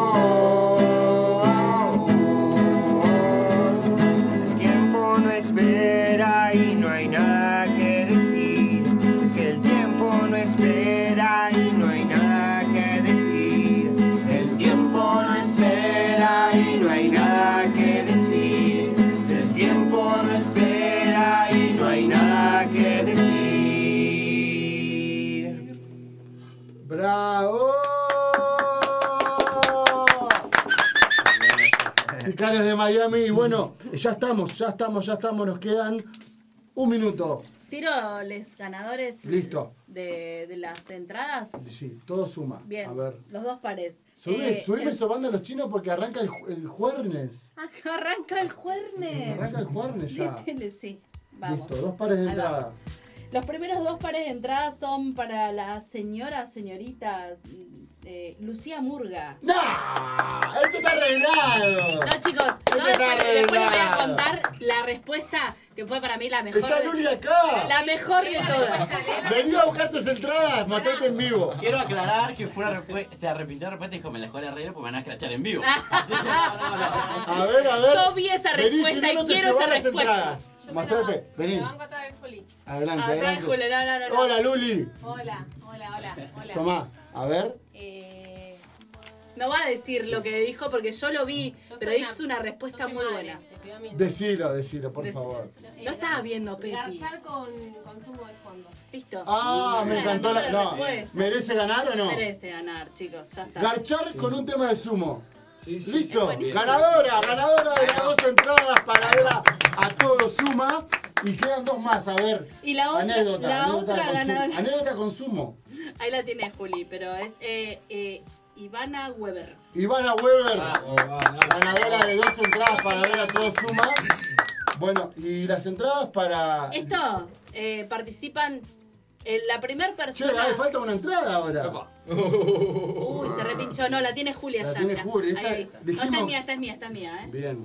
wow, wow. El tiempo no espera y no hay nada que decir. Es que el tiempo no espera y no hay nada que decir. El tiempo no espera y no hay nada que decir. El tiempo no espera y no hay nada que decir. ¡Bravo! Sicarios de Miami. Y bueno, ya estamos, ya estamos, ya estamos. Nos quedan un minuto. Tiro los ganadores Listo. de, de las entradas. Sí, todo suma. Bien, A ver. los dos pares. Subime, Eh, subime el- esa banda a los chinos porque arranca el, ju- el jueves. Acá arranca el jueves. Arranca el jueves ya. Métele, sí. Vamos. Listo, dos pares de Ahí va. entrada. Los primeros dos pares de entradas son para la señora, señorita eh, Lucía Murga. ¡No! ¡Esto está arreglado! No, chicos, yo Este después, está después les voy a arreglado. contar la respuesta que fue para mí la mejor. ¡Está de- Luli acá! La mejor de todas. Vení a buscar tus entradas, mostrate en vivo. Quiero aclarar que fue una respu- se arrepintió de repente y dijo, me dejó el arreglo porque me van a escrachar en vivo. Así que no, no, no. A ver, a ver. Yo vi esa Vení, si respuesta no, no y te quiero llevas esa las respuesta. entradas. Mostrate, vení. Adelante, Atrás, adelante. Juli, no, no, no, no. Hola, Luli. Hola, hola, hola, hola. Tomá, a ver. Eh, No va a decir lo que dijo porque yo lo vi, Yo pero soy hizo una respuesta yo soy muy madre, buena. te pido mi- Decilo, decilo, por Dec- favor. Eh, No estaba viendo, Pepi. Garchar con consumo de fondo. Listo. Ah, me encantó la. No, respuesta. ¿merece ganar o no? Merece ganar, chicos. Ya está. Garchar con un tema de sumo. Sí, sí, Listo, buenísimo. ganadora, ganadora de las dos entradas para ver a, a todo suma. Y quedan dos más, a ver. Y la otra, anécdota, la anécdota, otra de consumo, ganadora. anécdota consumo. Ahí la tiene Juli, pero es eh, eh, Ivana Weber. Ivana Weber, Oh, va, nada. ganadora de dos entradas para ver a todo suma. Bueno, y las entradas para. Esto eh, participan eh, la primera Che, persona. hay falta una entrada ahora. Epa. Uy, se repite. pinchó, no, la tiene Julia La ya. tiene mirá. Julia, esta- Ahí, ahí. No, dijimos- esta es mía, esta es mía, esta es mía, ¿eh? Bien.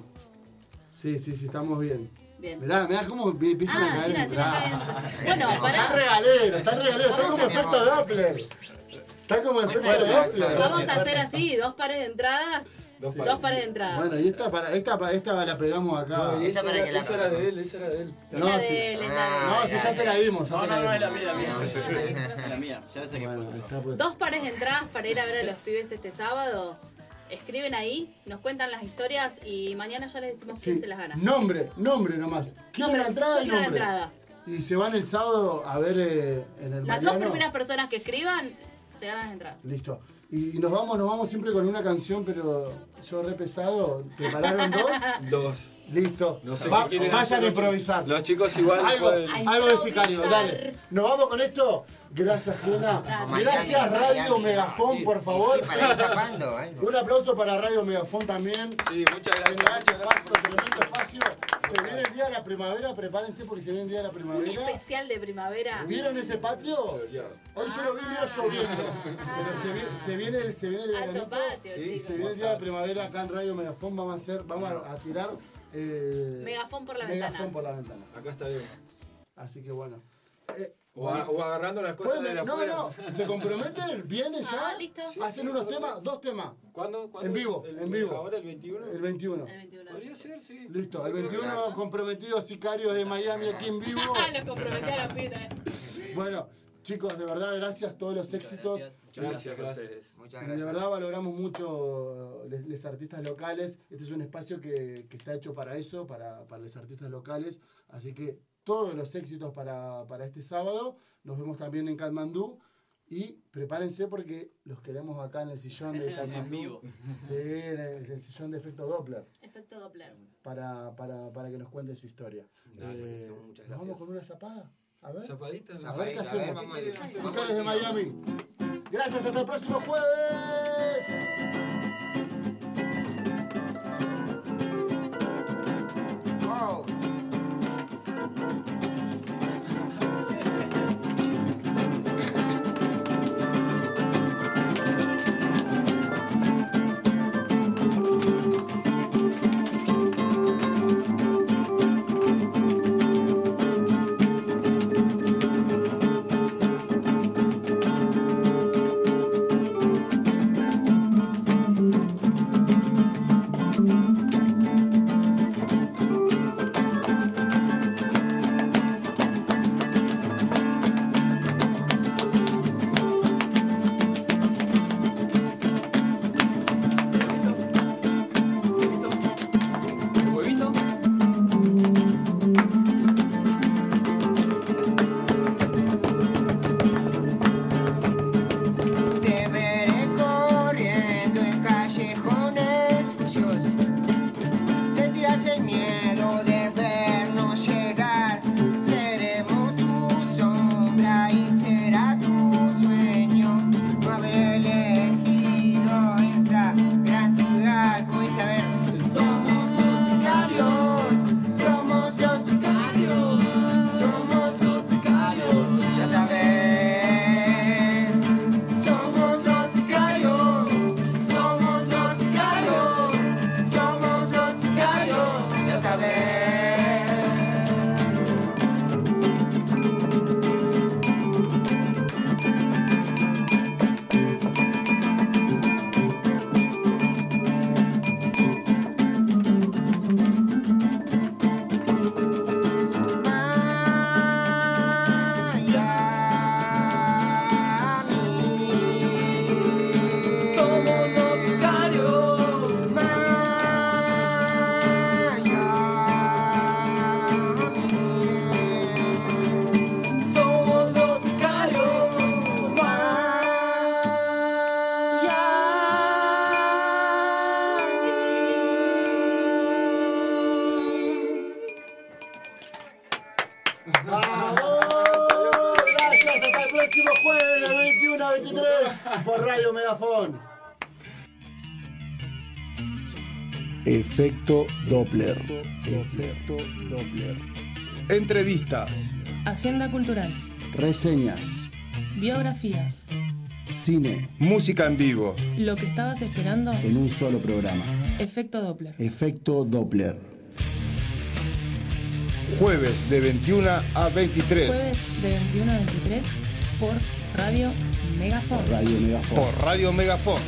Sí, sí, sí, estamos bien. Bien. Mirá, mirá cómo empiezan Ah, a caer mira, tiene acá entradas. adentro. Bueno, Está pará. regalero, está regalero, está Vamos como a- efecto Doppler. Está como efecto Doppler. Vamos a hacer así, dos pares de entradas. Dos Sí. pares, de entradas. Bueno, y esta, para, esta, pa- esta la pegamos acá. No, y esa era, esa era de él, esa era de él. Es No, la sí. de él, es la de él. No, si ya se la dimos, ya No, se no, no, la es la dimos. mía, la mía. Es la mía, ya la saqué. Bueno, está pues. Dos pares de entradas para ir a ver a los pibes este sábado. Escriben ahí, nos cuentan las historias y mañana ya les decimos quién Sí. se las gana. Nombre, nombre nomás. ¿Quieren Nombre, la entrada yo y quiero la nombre? entrada. Y se van el sábado a ver eh, en el Las dos Mariano. primeras personas que escriban se ganan las entradas. Listo. Y, y nos vamos, nos vamos siempre con una canción, pero yo re pesado. ¿Prepararon dos? Dos. Listo. No sé Va- qué quieren vayan hacer a los improvisar. chicos. Los chicos igual Algo, pueden- algo de sicario, dale. Nos vamos con esto. Gracias, Jena. Gracias. Gracias, Radio Miami. Megafón, por Y favor. sí, para ir zapando, algo. Un aplauso para Radio Megafón también. Sí, muchas gracias. Que nos da Muchas gracias espacio, tremendo espacio. Se viene el día de la primavera, prepárense porque se viene el día de la Un primavera. especial de primavera. ¿Vieron ese patio? Hoy yo lo vi medio lloviendo. Pero se viene, se viene, se viene el Alto veranito. patio, Sí, chicos. se viene el día de la primavera acá en Radio Megafón. Vamos a hacer, vamos a, a tirar eh, Megafón por la Megafón ventana. por la ventana. Acá estaremos. Así que bueno. Eh, O, a- o agarrando las cosas ¿pueden- de no, afuera. no, ¿se comprometen? ¿Vienen ya? Ah, listo. Sí, Hacen sí, unos ¿cuándo? temas, dos temas. ¿Cuándo? ¿Cuándo? En vivo, El- en vivo. ¿Ahora el veintiuno? El veintiuno. El veintiuno. Podría ser, sí. Listo, Yo el creo que veintiuno sí. comprometidos sicarios de Miami aquí en vivo. Los comprometí a los pibes. Bueno, chicos, de verdad, gracias, todos los éxitos. Gracias, gracias. Muchas Y de gracias. verdad valoramos mucho les, les artistas locales. Este es un espacio que, que está hecho para eso, para, para los artistas locales. Así que todos los éxitos para, para este sábado. Nos vemos también en Katmandú. Y prepárense porque los queremos acá en el sillón de Katmandú. En vivo. Sí, en el, el sillón de efecto Doppler. Efecto Doppler. Para, para, para que nos cuenten su historia. Dale, Eh, buenísimo, muchas ¿Nos vamos gracias. con una zapada? A ver. Zapadita. A ver qué Zapadita, a ver, hacemos. vamos al- vamos Sicarios al de tiro. Miami. Gracias, hasta el próximo jueves. Oh. ¿Huevito? Te veré corriendo en callejones sucios. Sentirás el miedo de vernos llegar. Seremos tu sombra y será tu sueño. No habré elegido esta gran ciudad. Como dice, a ver. Somos los sicarios. Somos los sicarios. Somos los sicarios. Ya sabes. Somos los sicarios, somos los sicarios, somos los sicarios, ya sabes. Miami. Somos los sicarios. Miami. Somos los sicarios. Miami. ¡Vamos! Gracias, hasta el próximo jueves de veintiuno a veintitrés por Radio Megafón. Efecto Doppler. Efecto Doppler. Entrevistas, Agenda cultural, Reseñas. biografías, cine, música en vivo. Lo que estabas esperando, en un solo programa. Efecto Doppler. Efecto Doppler. Jueves de veintiuna a veintitrés. Jueves de veintiuno a veintitrés por Radio Megafon. Por Radio Megafon. Por Radio Megafon.